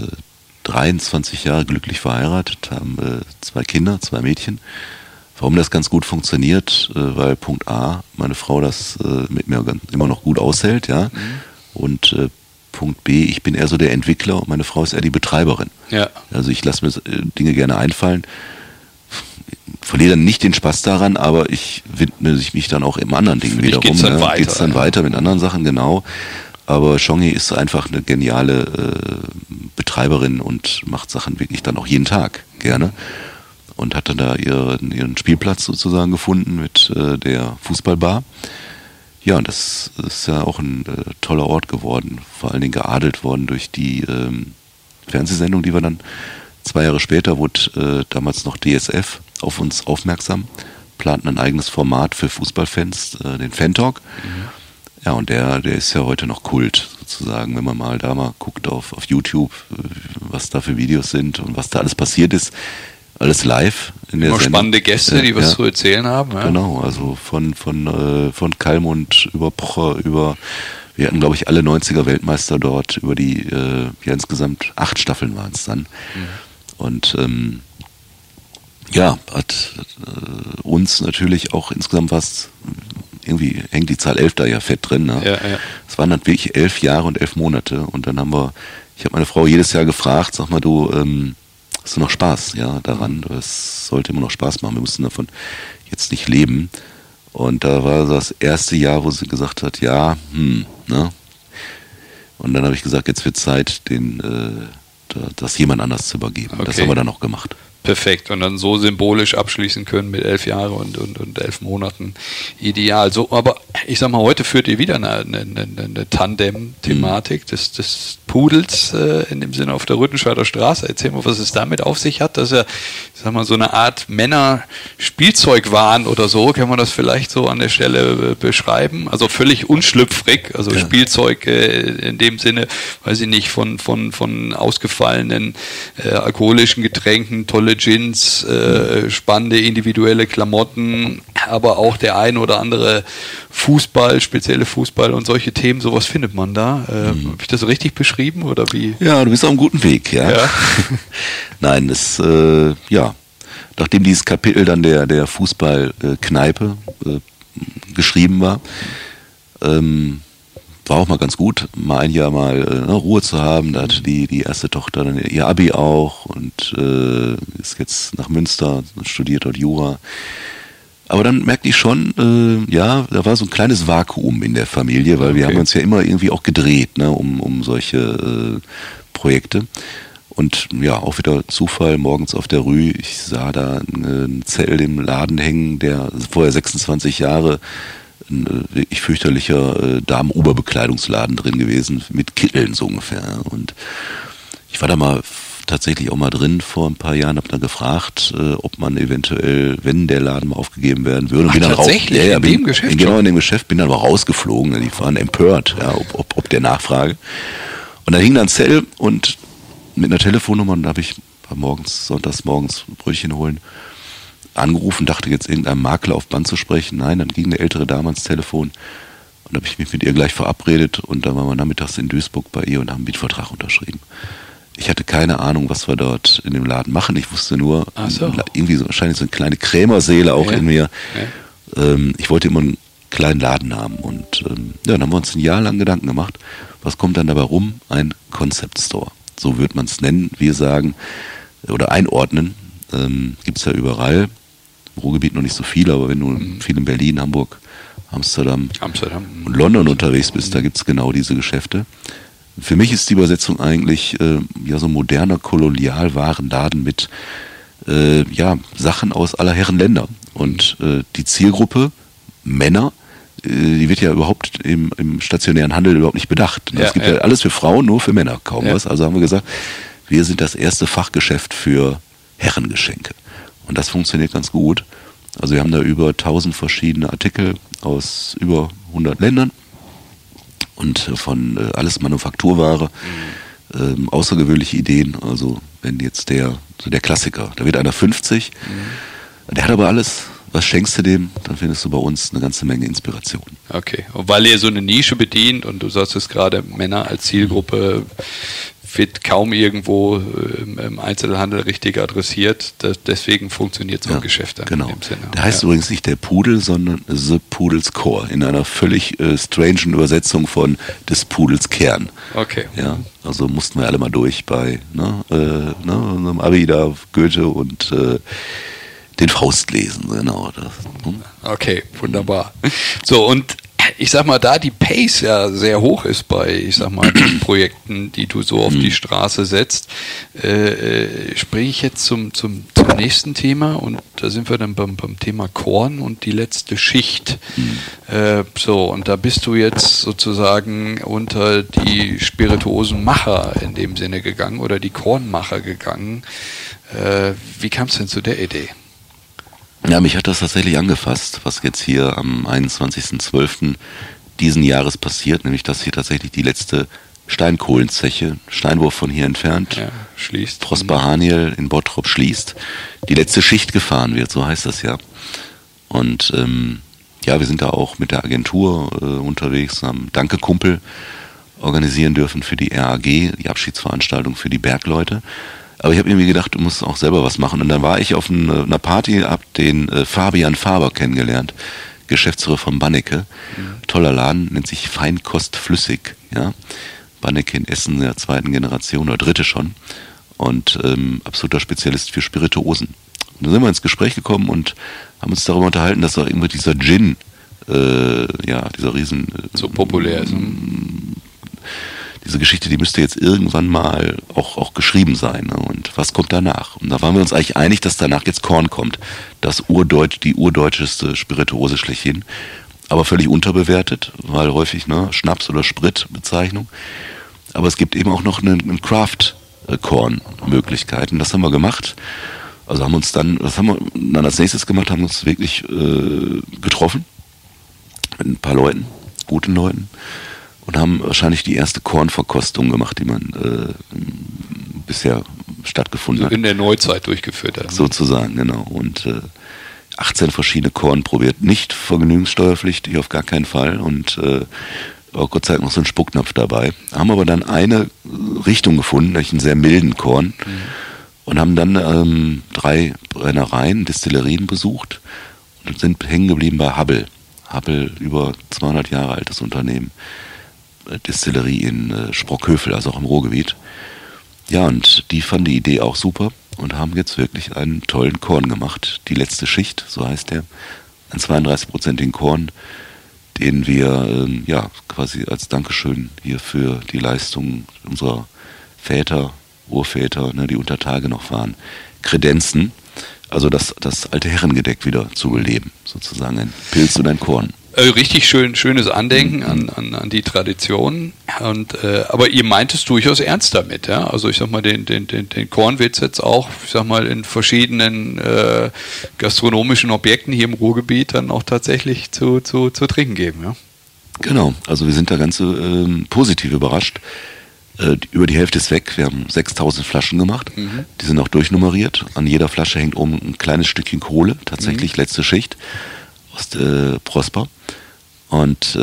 23 Jahre glücklich verheiratet, haben 2 Kinder, 2 Mädchen. Warum das ganz gut funktioniert, weil Punkt A, meine Frau das mit mir immer noch gut aushält, ja. Und Punkt B, ich bin eher so der Entwickler und meine Frau ist eher die Betreiberin. Ja. Also ich lasse mir Dinge gerne einfallen, verliere dann nicht den Spaß daran, aber ich widme mich dann auch im anderen Dingen wiederum. Geht's dann weiter mit anderen Sachen, genau. Aber Shongi ist einfach eine geniale Betreiberin und macht Sachen wirklich dann auch jeden Tag gerne. Und hatte da ihren Spielplatz sozusagen gefunden mit der Fußballbar. Ja, und das ist ja auch ein toller Ort geworden, vor allen Dingen geadelt worden durch die Fernsehsendung, die wir dann 2 Jahre später, wurde damals noch DSF auf uns aufmerksam, planten ein eigenes Format für Fußballfans, den Fan-Talk. Ja, und der ist ja heute noch Kult, sozusagen, wenn man mal da mal guckt auf YouTube, was da für Videos sind und was da alles passiert ist. Alles live in der Sendung. Spannende Gäste, die was zu erzählen haben. Ja. Genau, also von Kalmund über Pocher, wir hatten, glaube ich, alle 90er Weltmeister dort, über die insgesamt 8 Staffeln waren es dann. Und hat uns natürlich auch insgesamt was, irgendwie hängt die Zahl 11 da ja fett drin. Ne? Ja. Es waren dann wirklich 11 Jahre und 11 Monate und dann ich habe meine Frau jedes Jahr gefragt, sag mal du, hast du noch Spaß, daran? Es sollte immer noch Spaß machen, wir mussten davon jetzt nicht leben. Und da war das erste Jahr, wo sie gesagt hat, Und dann habe ich gesagt, jetzt wird Zeit, das jemand anders zu übergeben. Okay. Das haben wir dann auch gemacht. Perfekt. Und dann so symbolisch abschließen können mit 11 Jahren und 11 Monaten. Ideal. So, aber ich sag mal, heute führt ihr wieder eine Tandem-Thematik des Pudels in dem Sinne auf der Rüttenscheider Straße. Erzähl mal, was es damit auf sich hat, dass er, ich sag mal, so eine Art Männer-Spielzeug waren oder so. Kann man das vielleicht so an der Stelle beschreiben? Also völlig unschlüpfrig, also Spielzeug in dem Sinne, weiß ich nicht, von ausgefallenen alkoholischen Getränken, tolle Gins, spannende individuelle Klamotten, aber auch der ein oder andere Fußball, spezielle Fußball und solche Themen, sowas findet man da. Habe ich das richtig beschrieben oder wie? Ja, du bist auf einem guten Weg, ja. Nein, nachdem dieses Kapitel dann der Fußballkneipe geschrieben war, war auch mal ganz gut, mal ein Jahr mal Ruhe zu haben. Da hatte die erste Tochter dann ihr Abi auch und ist jetzt nach Münster und studiert dort Jura. Aber dann merkte ich schon, da war so ein kleines Vakuum in der Familie, weil wir haben uns ja immer irgendwie auch gedreht, ne, um solche Projekte. Und ja, auch wieder Zufall, morgens auf der Rue, ich sah da einen Zettel im Laden hängen, der vorher 26 Jahre ein wirklich fürchterlicher Damen-Oberbekleidungsladen drin gewesen, mit Kitteln so ungefähr. Und ich war da mal tatsächlich auch mal drin vor ein paar Jahren, habe dann gefragt, ob man eventuell, wenn der Laden mal aufgegeben werden würde. Ach, bin dann tatsächlich? In dem Geschäft? Genau, in dem Geschäft, bin dann aber rausgeflogen. Die waren empört, ja, ob der Nachfrage. Und dann hing da ein Zettel und mit einer Telefonnummer, und da habe ich sonntags morgens Brötchen holen, angerufen, dachte jetzt irgendeinem Makler auf Band zu sprechen. Nein, dann ging eine ältere Dame ans Telefon und habe ich mich mit ihr gleich verabredet und dann waren wir nachmittags in Duisburg bei ihr und haben einen Mietvertrag unterschrieben. Ich hatte keine Ahnung, was wir dort in dem Laden machen. Ich wusste nur, irgendwie so, wahrscheinlich so eine kleine Krämerseele auch in mir. Ja. Ich wollte immer einen kleinen Laden haben und dann haben wir uns ein Jahr lang Gedanken gemacht, was kommt dann dabei rum? Ein Concept Store. So würde man es nennen. Wir sagen oder einordnen, gibt es ja überall. Im Ruhrgebiet noch nicht so viel, aber wenn du viel in Berlin, Hamburg, Amsterdam und London unterwegs bist, da gibt es genau diese Geschäfte. Für mich ist die Übersetzung eigentlich so ein moderner Kolonialwarenladen mit Sachen aus aller Herren Länder. Und die Zielgruppe, Männer, die wird ja überhaupt im stationären Handel überhaupt nicht bedacht. Es gibt ja alles für Frauen, nur für Männer kaum was. Also haben wir gesagt, wir sind das erste Fachgeschäft für Herrengeschenke. Und das funktioniert ganz gut. Also wir haben da über 1000 verschiedene Artikel aus über 100 Ländern und von alles Manufakturware, außergewöhnliche Ideen. Also wenn jetzt der Klassiker, da wird einer 50, der hat aber alles. Was schenkst du dem? Dann findest du bei uns eine ganze Menge Inspiration. Okay, und weil ihr so eine Nische bedient und du sagst es gerade, Männer als Zielgruppe wird kaum irgendwo im Einzelhandel richtig adressiert, deswegen funktioniert so ein Geschäft dann in dem Sinne. Der heißt übrigens nicht der Pudel, sondern The Pudel's Core, in einer völlig strangen Übersetzung von des Pudels Kern. Okay. Ja, also mussten wir alle mal durch bei unserem Abi da, Goethe und den Faust lesen, genau. Okay, wunderbar. So, und ich sag mal, da die Pace ja sehr hoch ist bei, ich sag mal, den Projekten, die du so auf die Straße setzt, springe ich jetzt zum nächsten Thema und da sind wir dann beim Thema Korn und die letzte Schicht. Und da bist du jetzt sozusagen unter die Spirituosenmacher in dem Sinne gegangen oder die Kornmacher gegangen. Wie kam es denn zu der Idee? Ja, mich hat das tatsächlich angefasst, was jetzt hier am 21.12. diesen Jahres passiert, nämlich dass hier tatsächlich die letzte Steinkohlenzeche, Steinwurf von hier entfernt, schließt. Prosper Haniel in Bottrop schließt, die letzte Schicht gefahren wird, so heißt das ja. Und wir sind da auch mit der Agentur unterwegs, haben Danke Kumpel organisieren dürfen für die RAG, die Abschiedsveranstaltung für die Bergleute. Aber ich habe irgendwie gedacht, du musst auch selber was machen. Und dann war ich auf einer Party, habe den Fabian Faber kennengelernt, Geschäftsführer von Banneke. Toller Laden, nennt sich Feinkost Flüssig. Ja? Banneke in Essen der 2. Generation oder 3. schon. Und absoluter Spezialist für Spirituosen. Und dann sind wir ins Gespräch gekommen und haben uns darüber unterhalten, dass auch immer dieser Gin, dieser riesen... so populär ist. diese Geschichte, die müsste jetzt irgendwann mal auch geschrieben sein. Ne? Und was kommt danach? Und da waren wir uns eigentlich einig, dass danach jetzt Korn kommt. Die urdeutscheste Spirituose schlechthin. Aber völlig unterbewertet, weil häufig Schnaps- oder Sprit-Bezeichnung. Aber es gibt eben auch noch eine Craft-Korn-Möglichkeiten. Das haben wir gemacht. Also was haben wir dann als nächstes gemacht, haben uns wirklich getroffen mit ein paar Leuten, guten Leuten, und haben wahrscheinlich die erste Kornverkostung gemacht, die man bisher stattgefunden hat. In der Neuzeit durchgeführt hat. Sozusagen, genau. Und 18 verschiedene Korn probiert, nicht vergnügungssteuerpflichtig, auf gar keinen Fall. Und auch Gott sei Dank noch so ein Spucknapf dabei. Haben aber dann eine Richtung gefunden, nämlich einen sehr milden Korn. Und haben dann 3 Brennereien, Destillerien besucht und sind hängen geblieben bei Hubbell. Hubbell, über 200 Jahre altes Unternehmen. Destillerie in Sprockhövel, also auch im Ruhrgebiet. Ja, und die fanden die Idee auch super und haben jetzt wirklich einen tollen Korn gemacht. Die letzte Schicht, so heißt der, einen 32%igen Korn, den wir quasi als Dankeschön hier für die Leistung unserer Väter, Urväter, die unter Tage noch waren, kredenzen. Also das alte Herrengedeck wieder zu beleben, sozusagen ein Pilz und ein Korn. Richtig schönes Andenken an die Tradition. Aber ihr meint es durchaus ernst damit, ja? Also ich sag mal, den Korn wird es jetzt auch, ich sag mal, in verschiedenen gastronomischen Objekten hier im Ruhrgebiet dann auch tatsächlich zu trinken geben, ja? Genau, also wir sind da ganz positiv überrascht. Über die Hälfte ist weg. Wir haben 6000 Flaschen gemacht. Die sind auch durchnummeriert. An jeder Flasche hängt oben ein kleines Stückchen Kohle, tatsächlich letzte Schicht aus Prosper. Und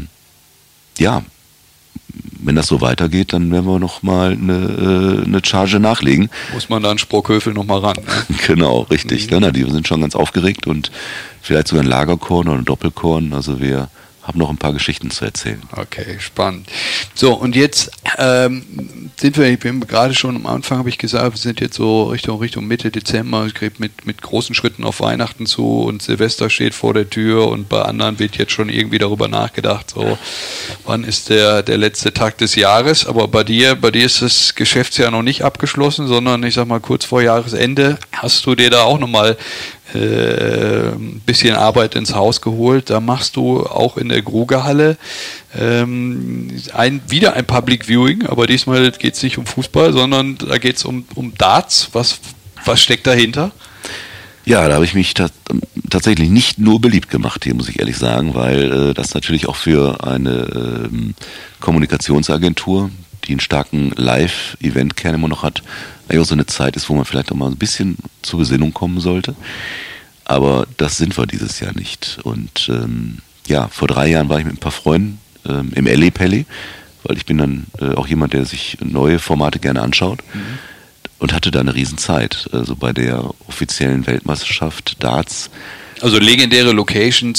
wenn das so weitergeht, dann werden wir nochmal eine Charge nachlegen. Muss man dann Sprockhövel nochmal ran. Ne? Genau, richtig. Ja, die sind schon ganz aufgeregt und vielleicht sogar ein Lagerkorn oder ein Doppelkorn. Also wir haben noch ein paar Geschichten zu erzählen. Okay, spannend. So, und jetzt sind wir gerade schon am Anfang, habe ich gesagt, wir sind jetzt so Richtung Mitte Dezember, es geht mit großen Schritten auf Weihnachten zu und Silvester steht vor der Tür und bei anderen wird jetzt schon irgendwie darüber nachgedacht, so, wann ist der letzte Tag des Jahres, aber bei dir ist das Geschäftsjahr noch nicht abgeschlossen, sondern ich sag mal kurz vor Jahresende hast du dir da auch nochmal ein bisschen Arbeit ins Haus geholt. Da machst du auch in der Grugerhalle wieder ein Public Viewing, aber diesmal geht es nicht um Fußball, sondern da geht es um Darts. Was steckt dahinter? Ja, da habe ich mich tatsächlich nicht nur beliebt gemacht, hier muss ich ehrlich sagen, weil das natürlich auch für eine Kommunikationsagentur, die einen starken Live-Event-Kern immer noch hat, eigentlich auch so eine Zeit ist, wo man vielleicht auch mal ein bisschen zur Besinnung kommen sollte. Aber das sind wir dieses Jahr nicht. Und vor 3 Jahren war ich mit ein paar Freunden im Elley Pelley, weil ich bin dann auch jemand, der sich neue Formate gerne anschaut und hatte da eine Riesenzeit. Also bei der offiziellen Weltmeisterschaft Darts. Also legendäre Location,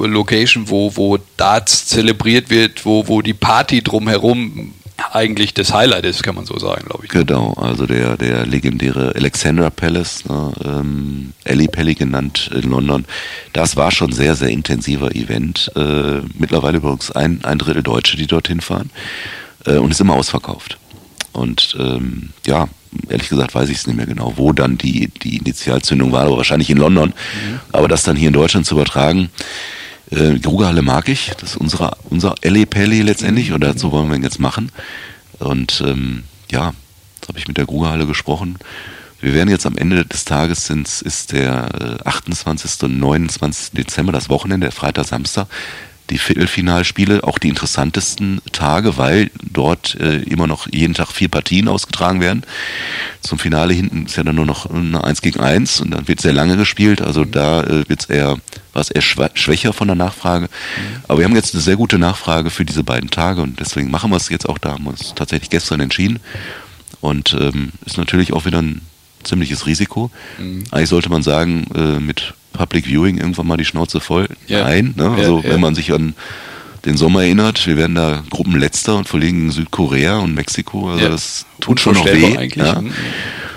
wo Darts zelebriert wird, wo die Party drumherum eigentlich das Highlight ist, kann man so sagen, glaube ich. Genau, also der legendäre Alexandra Palace, Elley Pelley genannt in London, das war schon ein sehr, sehr intensiver Event. Mittlerweile übrigens ein Drittel Deutsche, die dorthin fahren und ist immer ausverkauft. Und ehrlich gesagt weiß ich es nicht mehr genau, wo dann die Initialzündung war, aber wahrscheinlich in London. Aber das dann hier in Deutschland zu übertragen, die Grugerhalle mag ich, das ist unser Elley Pelley letztendlich und dazu wollen wir ihn jetzt machen. Und jetzt habe ich mit der Grugerhalle gesprochen. Wir werden jetzt am Ende des Tages, ist der 28. und 29. Dezember, das Wochenende, der Freitag, Samstag, die Viertelfinalspiele, auch die interessantesten Tage, weil dort immer noch jeden Tag 4 Partien ausgetragen werden. Zum Finale hinten ist ja dann nur noch eine 1 gegen 1 und dann wird sehr lange gespielt, also da war es eher schwächer von der Nachfrage. Aber wir haben jetzt eine sehr gute Nachfrage für diese beiden Tage und deswegen machen wir es jetzt auch da, haben wir uns tatsächlich gestern entschieden und ist natürlich auch wieder ein ziemliches Risiko. Eigentlich sollte man sagen, mit Public Viewing irgendwann mal die Schnauze voll. Nein, wenn man sich an den Sommer erinnert, wir werden da Gruppenletzter und verlieren gegen Südkorea und Mexiko, also das tut schon noch weh. Ja.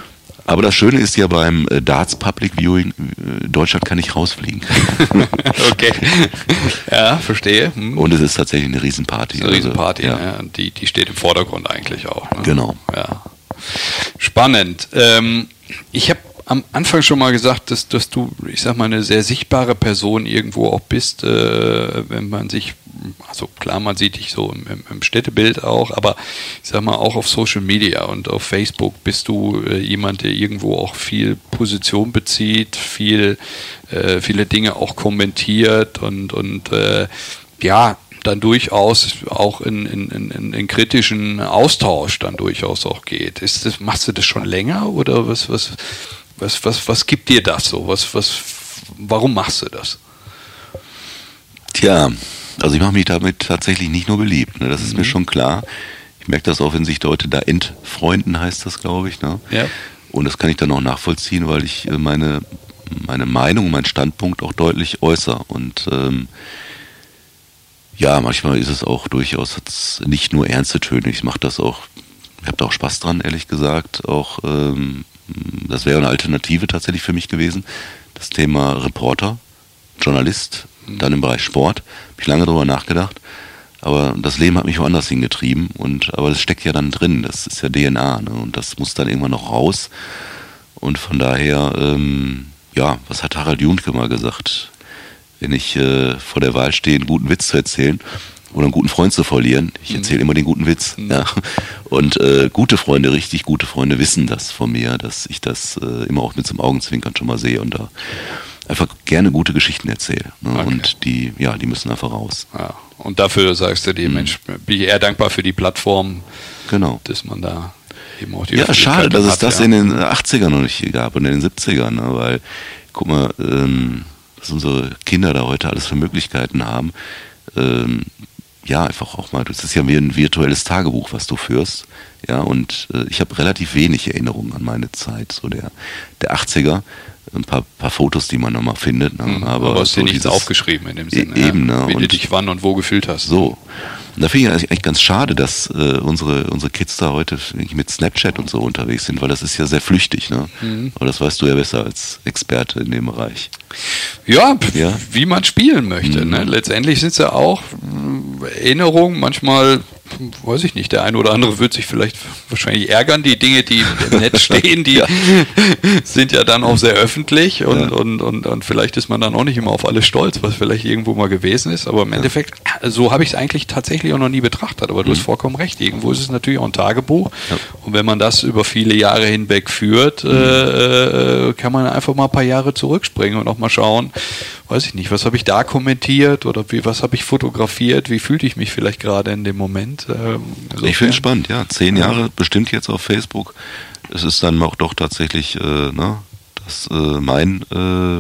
Aber das Schöne ist ja beim Darts Public Viewing, Deutschland kann nicht rausfliegen. Okay. Ja, verstehe. Und es ist tatsächlich eine Riesenparty. Eine Riesenparty, also, ja. Die steht im Vordergrund eigentlich auch. Ne? Genau. Ja. Spannend. Ich habe am Anfang schon mal gesagt, dass du, ich sag mal, eine sehr sichtbare Person irgendwo auch bist, wenn man sich, also klar, man sieht dich so im Städtebild auch, aber ich sag mal auch auf Social Media und auf Facebook bist du jemand, der irgendwo auch viel Position bezieht, viele Dinge auch kommentiert und ja, dann durchaus auch in kritischen Austausch dann durchaus auch geht. Machst du das schon länger oder was gibt dir das so? Warum machst du das? Tja, also ich mache mich damit tatsächlich nicht nur beliebt, ne? Das ist mir schon klar. Ich merke das auch, wenn sich Leute da entfreunden, heißt das, glaube ich. Ne? Ja. Und das kann ich dann auch nachvollziehen, weil ich meine Meinung, meinen Standpunkt auch deutlich äußere. Und ja, manchmal ist es auch durchaus hat's nicht nur ernste Töne. Ich mache das auch, ich habe da auch Spaß dran, ehrlich gesagt. Auch das wäre eine Alternative tatsächlich für mich gewesen. Das Thema Reporter, Journalist, dann im Bereich Sport. Habe ich lange darüber nachgedacht. Aber das Leben hat mich woanders hingetrieben. Aber das steckt ja dann drin. Das ist ja DNA. Ne? Und das muss dann irgendwann noch raus. Und von daher, ja, was hat Harald Juhnke mal gesagt? Wenn ich vor der Wahl stehe, einen guten Witz zu erzählen oder einen guten Freund zu verlieren, ich erzähle immer den guten Witz. Ja. Und gute Freunde, richtig gute Freunde wissen das von mir, dass ich das immer auch mit so einem Augenzwinkern schon mal sehe und da einfach gerne gute Geschichten erzähle. Ne? Okay. Und die müssen einfach raus. Ja. Und dafür sagst du dir, Mensch, bin ich eher dankbar für die Plattform, genau, dass man da eben auch die Öffentlichkeit schade, dass es das in den 80ern noch nicht gab und in den 70ern, ne? Weil, guck mal, was unsere Kinder da heute alles für Möglichkeiten haben, ja, einfach auch mal, das ist ja wie ein virtuelles Tagebuch, was du führst, ja, und ich habe relativ wenig Erinnerungen an meine Zeit, so der 80er, ein paar Fotos, die man nochmal findet. Ne? Aber du hast dir nichts aufgeschrieben in dem Sinne, eben, ne? Wie du dich wann und wo gefühlt hast. So. Und da finde ich eigentlich ganz schade, dass unsere Kids da heute mit Snapchat und so unterwegs sind, weil das ist ja sehr flüchtig. Ne? Aber das weißt du ja besser als Experte in dem Bereich. Ja, wie man spielen möchte. Ne? Letztendlich sind es ja auch Erinnerungen, manchmal, weiß ich nicht, der eine oder andere wird sich vielleicht wahrscheinlich ärgern. Die Dinge, die im Netz stehen, die sind ja dann auch sehr öffentlich und vielleicht ist man dann auch nicht immer auf alles stolz, was vielleicht irgendwo mal gewesen ist. Aber im Endeffekt, so habe ich es eigentlich tatsächlich auch noch nie betrachtet. Aber du hast vollkommen recht. Irgendwo ist es natürlich auch ein Tagebuch. Ja. Und wenn man das über viele Jahre hinweg führt, kann man einfach mal ein paar Jahre zurückspringen und auch mal schauen, weiß ich nicht, was habe ich da kommentiert oder was habe ich fotografiert, wie fühlte ich mich vielleicht gerade in dem Moment. Ich finde es spannend, ja. 10 Jahre bestimmt jetzt auf Facebook. Es ist dann auch doch tatsächlich mein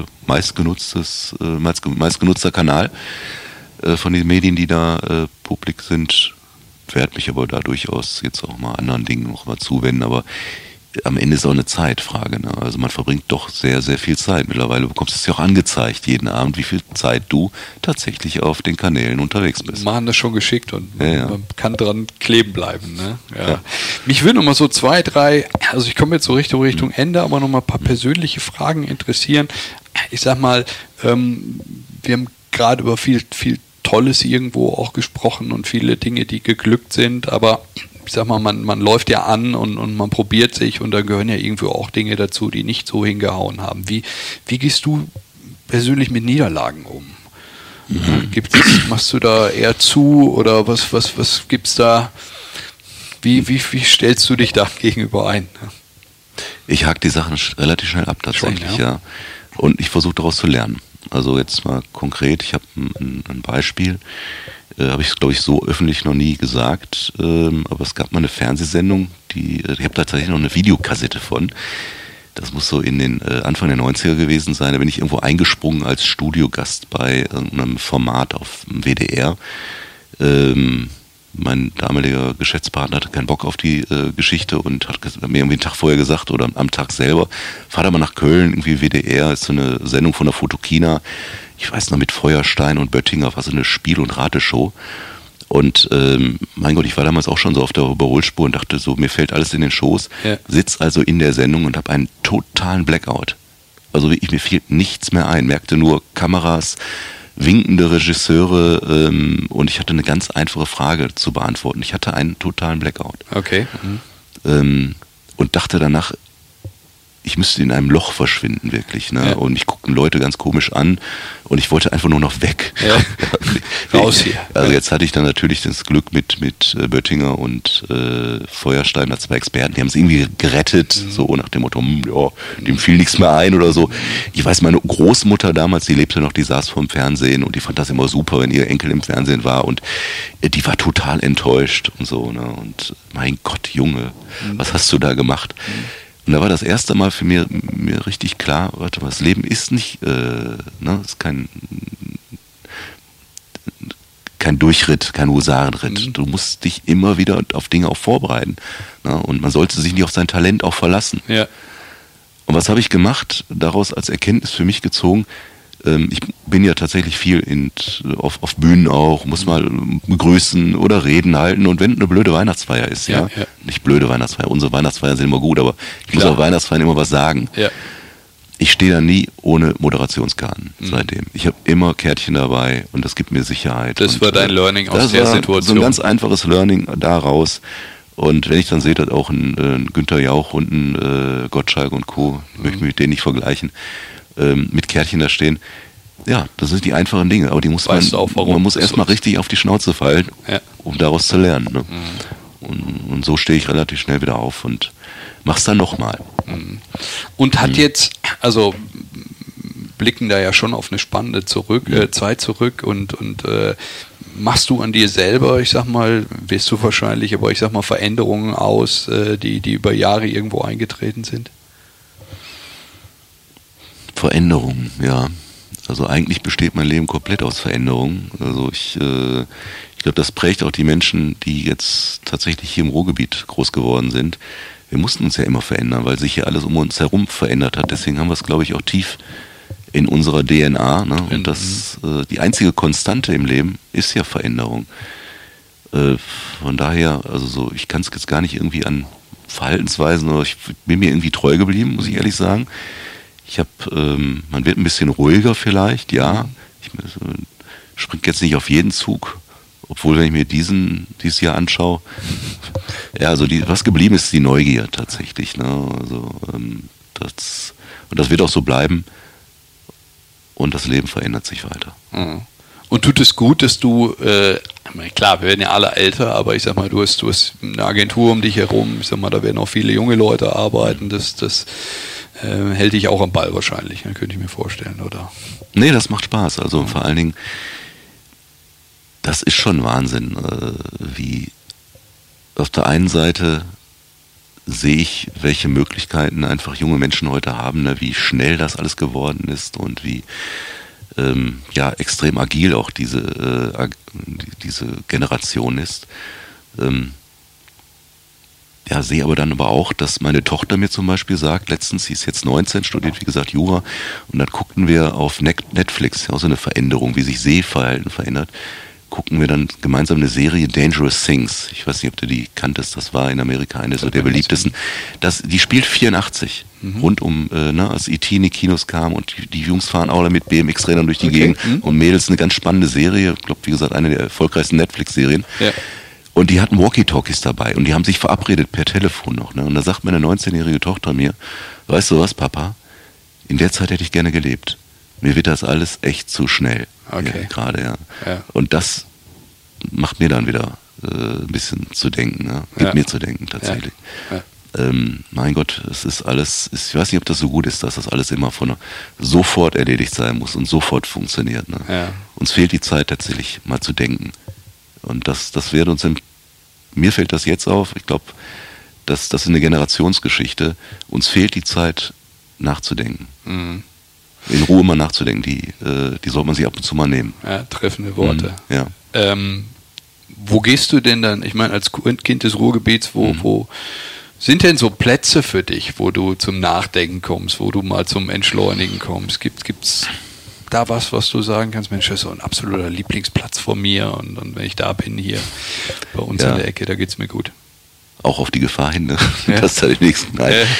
meistgenutzter Kanal von den Medien, die da publik sind. Werde mich aber da durchaus jetzt auch mal anderen Dingen noch mal zuwenden, aber am Ende ist auch eine Zeitfrage. Ne? Also man verbringt doch sehr, sehr viel Zeit. Mittlerweile bekommst du es ja auch angezeigt jeden Abend, wie viel Zeit du tatsächlich auf den Kanälen unterwegs bist. Wir machen das schon geschickt und man kann dran kleben bleiben. Ne? Ja. Mich würden nochmal so 2, 3, also ich komme jetzt so Richtung Ende, aber nochmal ein paar persönliche Fragen interessieren. Ich sag mal, wir haben gerade über viel Tolles irgendwo auch gesprochen und viele Dinge, die geglückt sind, aber ich sag mal, man läuft ja an und man probiert sich und da gehören ja irgendwo auch Dinge dazu, die nicht so hingehauen haben. Wie gehst du persönlich mit Niederlagen um? Machst du da eher zu oder was gibt's da? Wie stellst du dich da gegenüber ein? Ich hake die Sachen relativ schnell ab tatsächlich, ja. Und ich versuche daraus zu lernen. Also jetzt mal konkret, ich habe ein Beispiel, habe ich glaube ich so öffentlich noch nie gesagt, aber es gab mal eine Fernsehsendung, ich habe da tatsächlich noch eine Videokassette von, das muss so in den Anfang der 90er gewesen sein, da bin ich irgendwo eingesprungen als Studiogast bei irgendeinem Format auf dem WDR. Mein damaliger Geschäftspartner hatte keinen Bock auf die Geschichte und hat mir irgendwie einen Tag vorher gesagt oder am Tag selber, fahr da mal nach Köln, irgendwie WDR, ist so eine Sendung von der Fotokina, ich weiß noch mit Feuerstein und Böttinger, war so eine Spiel- und Rateshow Und mein Gott, ich war damals auch schon so auf der Überholspur und dachte so, mir fällt alles in den Schoß, sitz also in der Sendung und habe einen totalen Blackout. Also wirklich, mir fiel nichts mehr ein, merkte nur Kameras, winkende Regisseure und ich hatte eine ganz einfache Frage zu beantworten. Ich hatte einen totalen Blackout. Okay. Und dachte danach, ich müsste in einem Loch verschwinden, wirklich. Ne? Ja. Und mich guckten Leute ganz komisch an und ich wollte einfach nur noch weg. Ja. Raus hier. Also jetzt hatte ich dann natürlich das Glück mit Böttinger und Feuerstein, als 2 Experten, die haben es irgendwie gerettet, so nach dem Motto, ja, dem fiel nichts mehr ein oder so. Ich weiß, meine Großmutter damals, die lebte noch, die saß vorm Fernsehen und die fand das immer super, wenn ihr Enkel im Fernsehen war und die war total enttäuscht und so. Ne? Und mein Gott, Junge, was hast du da gemacht? Und da war das erste Mal für mir richtig klar, warte mal, das Leben ist nicht, ist kein Durchritt, kein Husarenritt. Du musst dich immer wieder auf Dinge auch vorbereiten. Ne? Und man sollte sich nicht auf sein Talent auch verlassen. Ja. Und was habe ich gemacht? Daraus als Erkenntnis für mich gezogen, ich bin ja tatsächlich viel auf Bühnen auch, muss mal begrüßen oder Reden halten und wenn eine blöde Weihnachtsfeier ist, ja. Nicht blöde Weihnachtsfeier, unsere Weihnachtsfeiern sind immer gut, aber ich muss auf Weihnachtsfeiern immer was sagen. Ja. Ich stehe da nie ohne Moderationskarten seitdem. Ich habe immer Kärtchen dabei und das gibt mir Sicherheit. Das war dein Learning aus der Situation. So ein ganz einfaches Learning daraus. Und wenn ich dann sehe, dass auch ein Günther Jauch und ein Gottschalk und Co., ich möchte mich mit denen nicht vergleichen, mit Kärtchen da stehen. Ja, das sind die einfachen Dinge, aber die muss man muss erstmal richtig auf die Schnauze fallen, um daraus zu lernen. Ne? Und so stehe ich relativ schnell wieder auf und mach's dann nochmal. Und hat jetzt, also blicken da ja schon auf eine spannende Zeit zurück und machst du an dir selber, ich sag mal, wirst du wahrscheinlich, aber ich sag mal Veränderungen aus, die über Jahre irgendwo eingetreten sind? Veränderungen, ja. Also eigentlich besteht mein Leben komplett aus Veränderungen. Also ich glaube, das prägt auch die Menschen, die jetzt tatsächlich hier im Ruhrgebiet groß geworden sind. Wir mussten uns ja immer verändern, weil sich hier alles um uns herum verändert hat. Deswegen haben wir es, glaube ich, auch tief in unserer DNA. Ne? Und die einzige Konstante im Leben ist ja Veränderung. Von daher, also so, ich kann es jetzt gar nicht irgendwie an Verhaltensweisen, oder ich bin mir irgendwie treu geblieben, muss ich ehrlich sagen. Man wird ein bisschen ruhiger vielleicht, ja. Ich springe jetzt nicht auf jeden Zug, obwohl, wenn ich mir dieses Jahr anschaue, ja, also was geblieben ist, die Neugier tatsächlich. Ne? Also, das wird auch so bleiben und das Leben verändert sich weiter. Mhm. Und tut es gut, dass du, klar, wir werden ja alle älter, aber ich sag mal, du hast eine Agentur um dich herum, ich sag mal, da werden auch viele junge Leute arbeiten, das hält dich auch am Ball wahrscheinlich, könnte ich mir vorstellen, oder? Nee, das macht Spaß. Also vor allen Dingen, das ist schon Wahnsinn, wie auf der einen Seite sehe ich, welche Möglichkeiten einfach junge Menschen heute haben, ne, wie schnell das alles geworden ist und wie extrem agil auch diese Generation ist. Sehe aber dann auch, dass meine Tochter mir zum Beispiel sagt, letztens, sie ist jetzt 19, studiert wie gesagt Jura, und dann guckten wir auf Netflix, auch so eine Veränderung, wie sich Sehverhalten verändert, guckten wir dann gemeinsam eine Serie Dangerous Things. Ich weiß nicht, ob du die kanntest, das war in Amerika eine so der beliebtesten. Die spielt 84, rund als E.T. in die Kinos kam und die Jungs fahren auch mit BMX-Rädern durch die Gegend und Mädels, eine ganz spannende Serie, ich glaube, wie gesagt, eine der erfolgreichsten Netflix-Serien. Ja. Und die hatten Walkie-Talkies dabei und die haben sich verabredet per Telefon noch. Ne? Und da sagt meine 19-jährige Tochter mir, weißt du was, Papa, in der Zeit hätte ich gerne gelebt. Mir wird das alles echt zu schnell. Okay. Gerade, ja. Und das macht mir dann wieder ein bisschen zu denken. Ne? Gibt mir zu denken, tatsächlich. Ja. Ja. Mein Gott, es ist alles, ich weiß nicht, ob das so gut ist, dass das alles immer sofort erledigt sein muss und sofort funktioniert. Ne? Ja. Uns fehlt die Zeit tatsächlich, mal zu denken. Und das wird uns mir fällt das jetzt auf, ich glaube, das ist eine Generationsgeschichte. Uns fehlt die Zeit, nachzudenken. Mhm. In Ruhe mal nachzudenken, die sollte man sich ab und zu mal nehmen. Ja, treffende Worte. Ja. Wo gehst du denn dann, ich meine, als Kind des Ruhrgebiets, wo sind denn so Plätze für dich, wo du zum Nachdenken kommst, wo du mal zum Entschleunigen kommst? Gibt's da was du sagen kannst, Mensch, das ist so ein absoluter Lieblingsplatz von mir und wenn ich da bin, hier bei uns in der Ecke, da geht's mir gut. Auch auf die Gefahr hin, ne? Das ist ja die nächsten.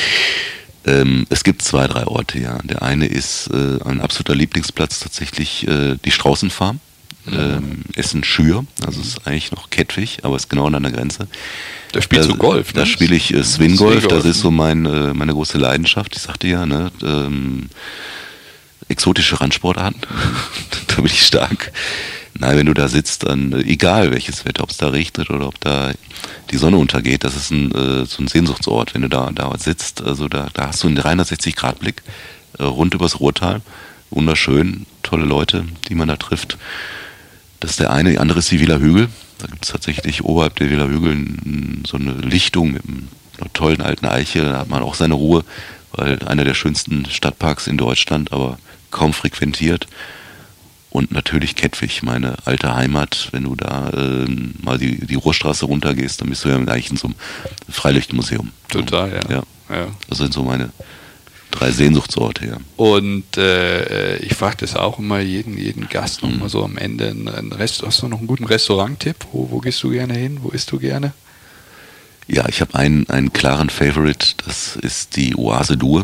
Es gibt 2, 3 Orte, ja. Der eine ist ein absoluter Lieblingsplatz, tatsächlich die Straußenfarm. Essen-Schür, also ist eigentlich noch Kettwig, aber ist genau an der Grenze. Da spielst du Golf, ne? Da spiele ich Swing-Golf, das ist so meine große Leidenschaft, ich sagte ja, ne? Exotische Randsportarten, da bin ich stark. Nein, wenn du da sitzt, dann egal welches Wetter, ob es da regnet oder ob da die Sonne untergeht, das ist so ein Sehnsuchtsort, wenn du da sitzt, also da hast du einen 360-Grad-Blick rund übers Ruhrtal, wunderschön, tolle Leute, die man da trifft. Das ist der eine. Die andere ist die Wieler Hügel. Da gibt es tatsächlich oberhalb der Wieler Hügel so eine Lichtung mit einer tollen alten Eiche. Da hat man auch seine Ruhe, weil einer der schönsten Stadtparks in Deutschland, aber kaum frequentiert. Und natürlich Kettwig, meine alte Heimat. Wenn du da mal die Ruhrstraße runtergehst, dann bist du ja eigentlich in so einem Freilichtmuseum. Total, ja. Das sind so meine 3 Sehnsuchtsorte, ja. Und ich frage das auch immer jeden Gast noch mal so am Ende. Hast du noch einen guten Restaurant-Tipp? Wo gehst du gerne hin? Wo isst du gerne? Ja, ich habe einen klaren Favorite. Das ist die Oase Due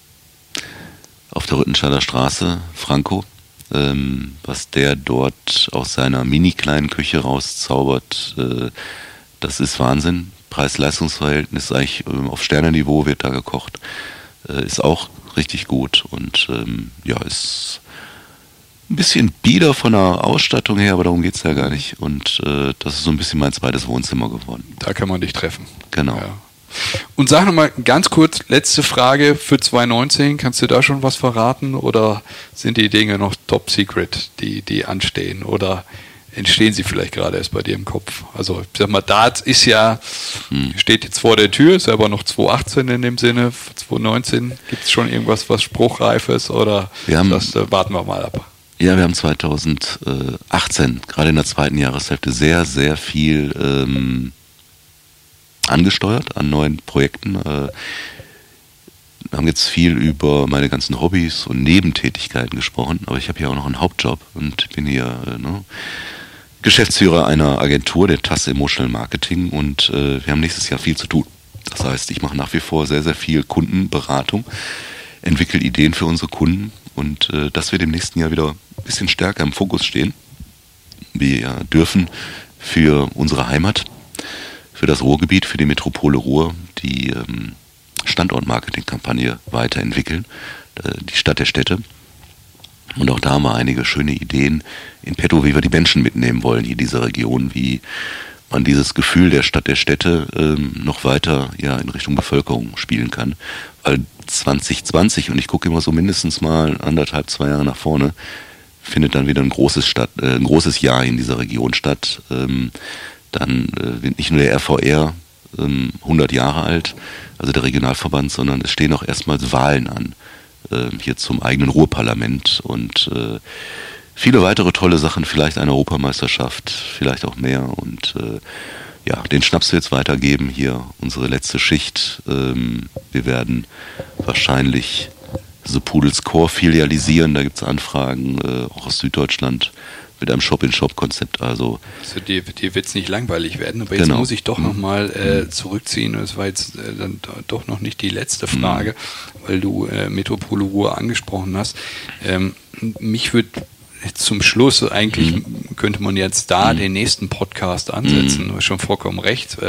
auf der Rüttenscheider Straße, Franco. Was der dort aus seiner mini-kleinen Küche rauszaubert, das ist Wahnsinn. Preis-Leistungs-Verhältnis ist eigentlich auf Sternenniveau, wird da gekocht. Ist auch richtig gut und ist ein bisschen bieder von der Ausstattung her, aber darum geht es ja gar nicht. Und das ist so ein bisschen mein zweites Wohnzimmer geworden. Da kann man dich treffen. Genau. Ja. Und sag nochmal ganz kurz, letzte Frage für 2019, kannst du da schon was verraten oder sind die Dinge noch top secret, die anstehen oder entstehen sie vielleicht gerade erst bei dir im Kopf? Also ich sag mal, Darts ist ja, steht jetzt vor der Tür, ist aber noch 2018 in dem Sinne, 2019 gibt es schon irgendwas, was spruchreifes oder warten wir mal ab? Ja, wir haben 2018, gerade in der zweiten Jahreshälfte, sehr, sehr viel angesteuert an neuen Projekten. Wir haben jetzt viel über meine ganzen Hobbys und Nebentätigkeiten gesprochen, aber ich habe hier auch noch einen Hauptjob und bin hier Geschäftsführer einer Agentur, der TAS Emotional Marketing, und wir haben nächstes Jahr viel zu tun. Das heißt, ich mache nach wie vor sehr, sehr viel Kundenberatung, entwickle Ideen für unsere Kunden und das wird im nächsten Jahr wieder ein bisschen stärker im Fokus stehen. Wir dürfen für unsere Heimat, für das Ruhrgebiet, für die Metropole Ruhr die Standortmarketing-Kampagne weiterentwickeln, die Stadt der Städte. Und auch da haben wir einige schöne Ideen in petto, wie wir die Menschen mitnehmen wollen in dieser Region, wie man dieses Gefühl der Stadt der Städte noch weiter in Richtung Bevölkerung spielen kann. Weil 2020, und ich gucke immer so mindestens mal 1,5, 2 Jahre nach vorne, findet dann wieder ein großes Jahr in dieser Region statt. Dann wird nicht nur der RVR 100 Jahre alt, also der Regionalverband, sondern es stehen auch erstmals Wahlen an, hier zum eigenen Ruhrparlament und viele weitere tolle Sachen, vielleicht eine Europameisterschaft, vielleicht auch mehr und den Schnaps jetzt weitergeben, hier unsere letzte Schicht. Wir werden wahrscheinlich The Pudels Core filialisieren, da gibt es Anfragen, auch aus Süddeutschland, mit einem Shop-in-Shop-Konzept. Also dir wird es nicht langweilig werden, aber jetzt muss ich doch nochmal zurückziehen. Das war jetzt dann doch noch nicht die letzte Frage, weil du Metropole Ruhr angesprochen hast. Mich würde zum Schluss, eigentlich könnte man jetzt da den nächsten Podcast ansetzen, du hast schon vollkommen recht,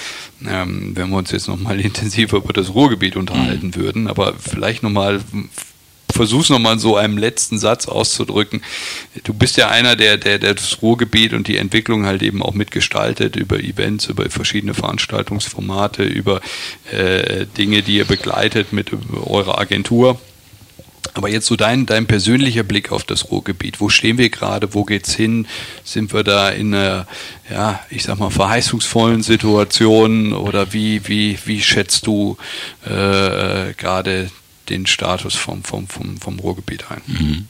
wenn wir uns jetzt nochmal intensiver über das Ruhrgebiet unterhalten würden, aber vielleicht nochmal versuch's nochmal in so einem letzten Satz auszudrücken. Du bist ja einer, der das Ruhrgebiet und die Entwicklung halt eben auch mitgestaltet, über Events, über verschiedene Veranstaltungsformate, über Dinge, die ihr begleitet mit eurer Agentur. Aber jetzt so dein persönlicher Blick auf das Ruhrgebiet. Wo stehen wir gerade? Wo geht's hin? Sind wir da in einer, verheißungsvollen Situation? Oder wie schätzt du gerade den Status vom Ruhrgebiet ein?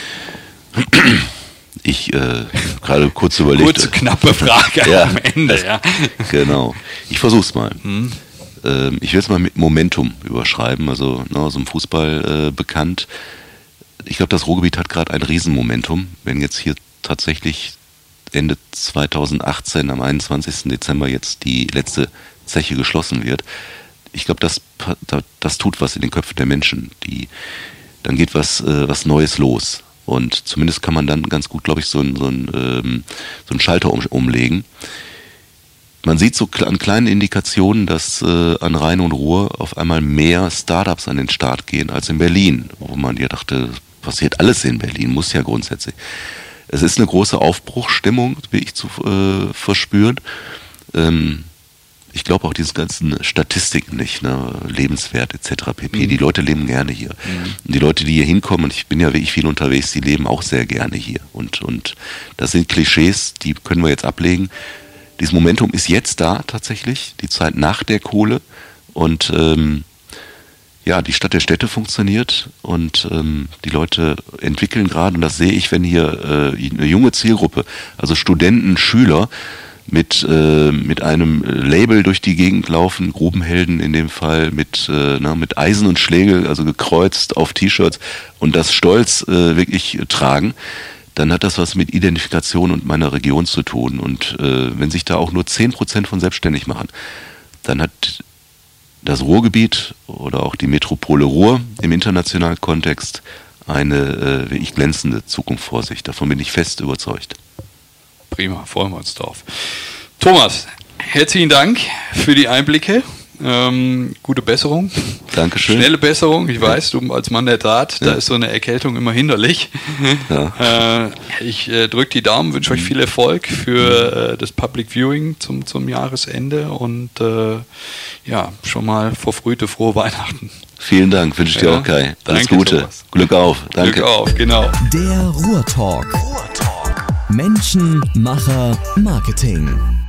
Ich gerade kurz überlegt. Kurze, knappe Frage am Ende. Genau. Ich versuch's mal. Ich will es mal mit Momentum überschreiben, also aus dem Fußball bekannt. ich glaube, das Ruhrgebiet hat gerade ein Riesenmomentum. Wenn jetzt hier tatsächlich Ende 2018, am 21. Dezember jetzt die letzte Zeche geschlossen wird, ich glaube, das tut was in den Köpfen der Menschen. Dann geht was Neues los. Und zumindest kann man dann ganz gut, glaube ich, so einen Schalter umlegen. Man sieht so an kleinen Indikationen, dass an Rhein und Ruhr auf einmal mehr Startups an den Start gehen als in Berlin, wo man ja dachte, passiert alles in Berlin, muss ja grundsätzlich. Es ist eine große Aufbruchsstimmung, wie ich zu verspüren. Ich glaube auch diese ganzen Statistiken nicht, ne? Lebenswert etc. pp. Die Leute leben gerne hier. Und die Leute, die hier hinkommen, und ich bin ja wirklich viel unterwegs, die leben auch sehr gerne hier. Und das sind Klischees, die können wir jetzt ablegen. Dieses Momentum ist jetzt da tatsächlich, die Zeit nach der Kohle. Und die Stadt der Städte funktioniert und die Leute entwickeln gerade, und das sehe ich, wenn hier eine junge Zielgruppe, also Studenten, Schüler, mit einem Label durch die Gegend laufen, Grubenhelden in dem Fall, mit Eisen und Schlägel, also gekreuzt auf T-Shirts, und das stolz wirklich tragen, dann hat das was mit Identifikation und meiner Region zu tun. Und wenn sich da auch nur 10% von selbstständig machen, dann hat das Ruhrgebiet oder auch die Metropole Ruhr im internationalen Kontext eine wirklich glänzende Zukunft vor sich. Davon bin ich fest überzeugt. Prima, freuen wir uns drauf. Thomas, herzlichen Dank für die Einblicke. Gute Besserung. Dankeschön. Schnelle Besserung. Ich weiß, du als Mann der Tat, da ist so eine Erkältung immer hinderlich. Ja. Ich drücke die Daumen, wünsche euch viel Erfolg für das Public Viewing zum Jahresende und schon mal verfrühte frohe Weihnachten. Vielen Dank, wünsche ich dir auch, Kai. Alles Danke, Gute. Thomas. Glück auf. Danke. Glück auf, genau. Der Ruhr Talk. Menschen, Macher, Marketing.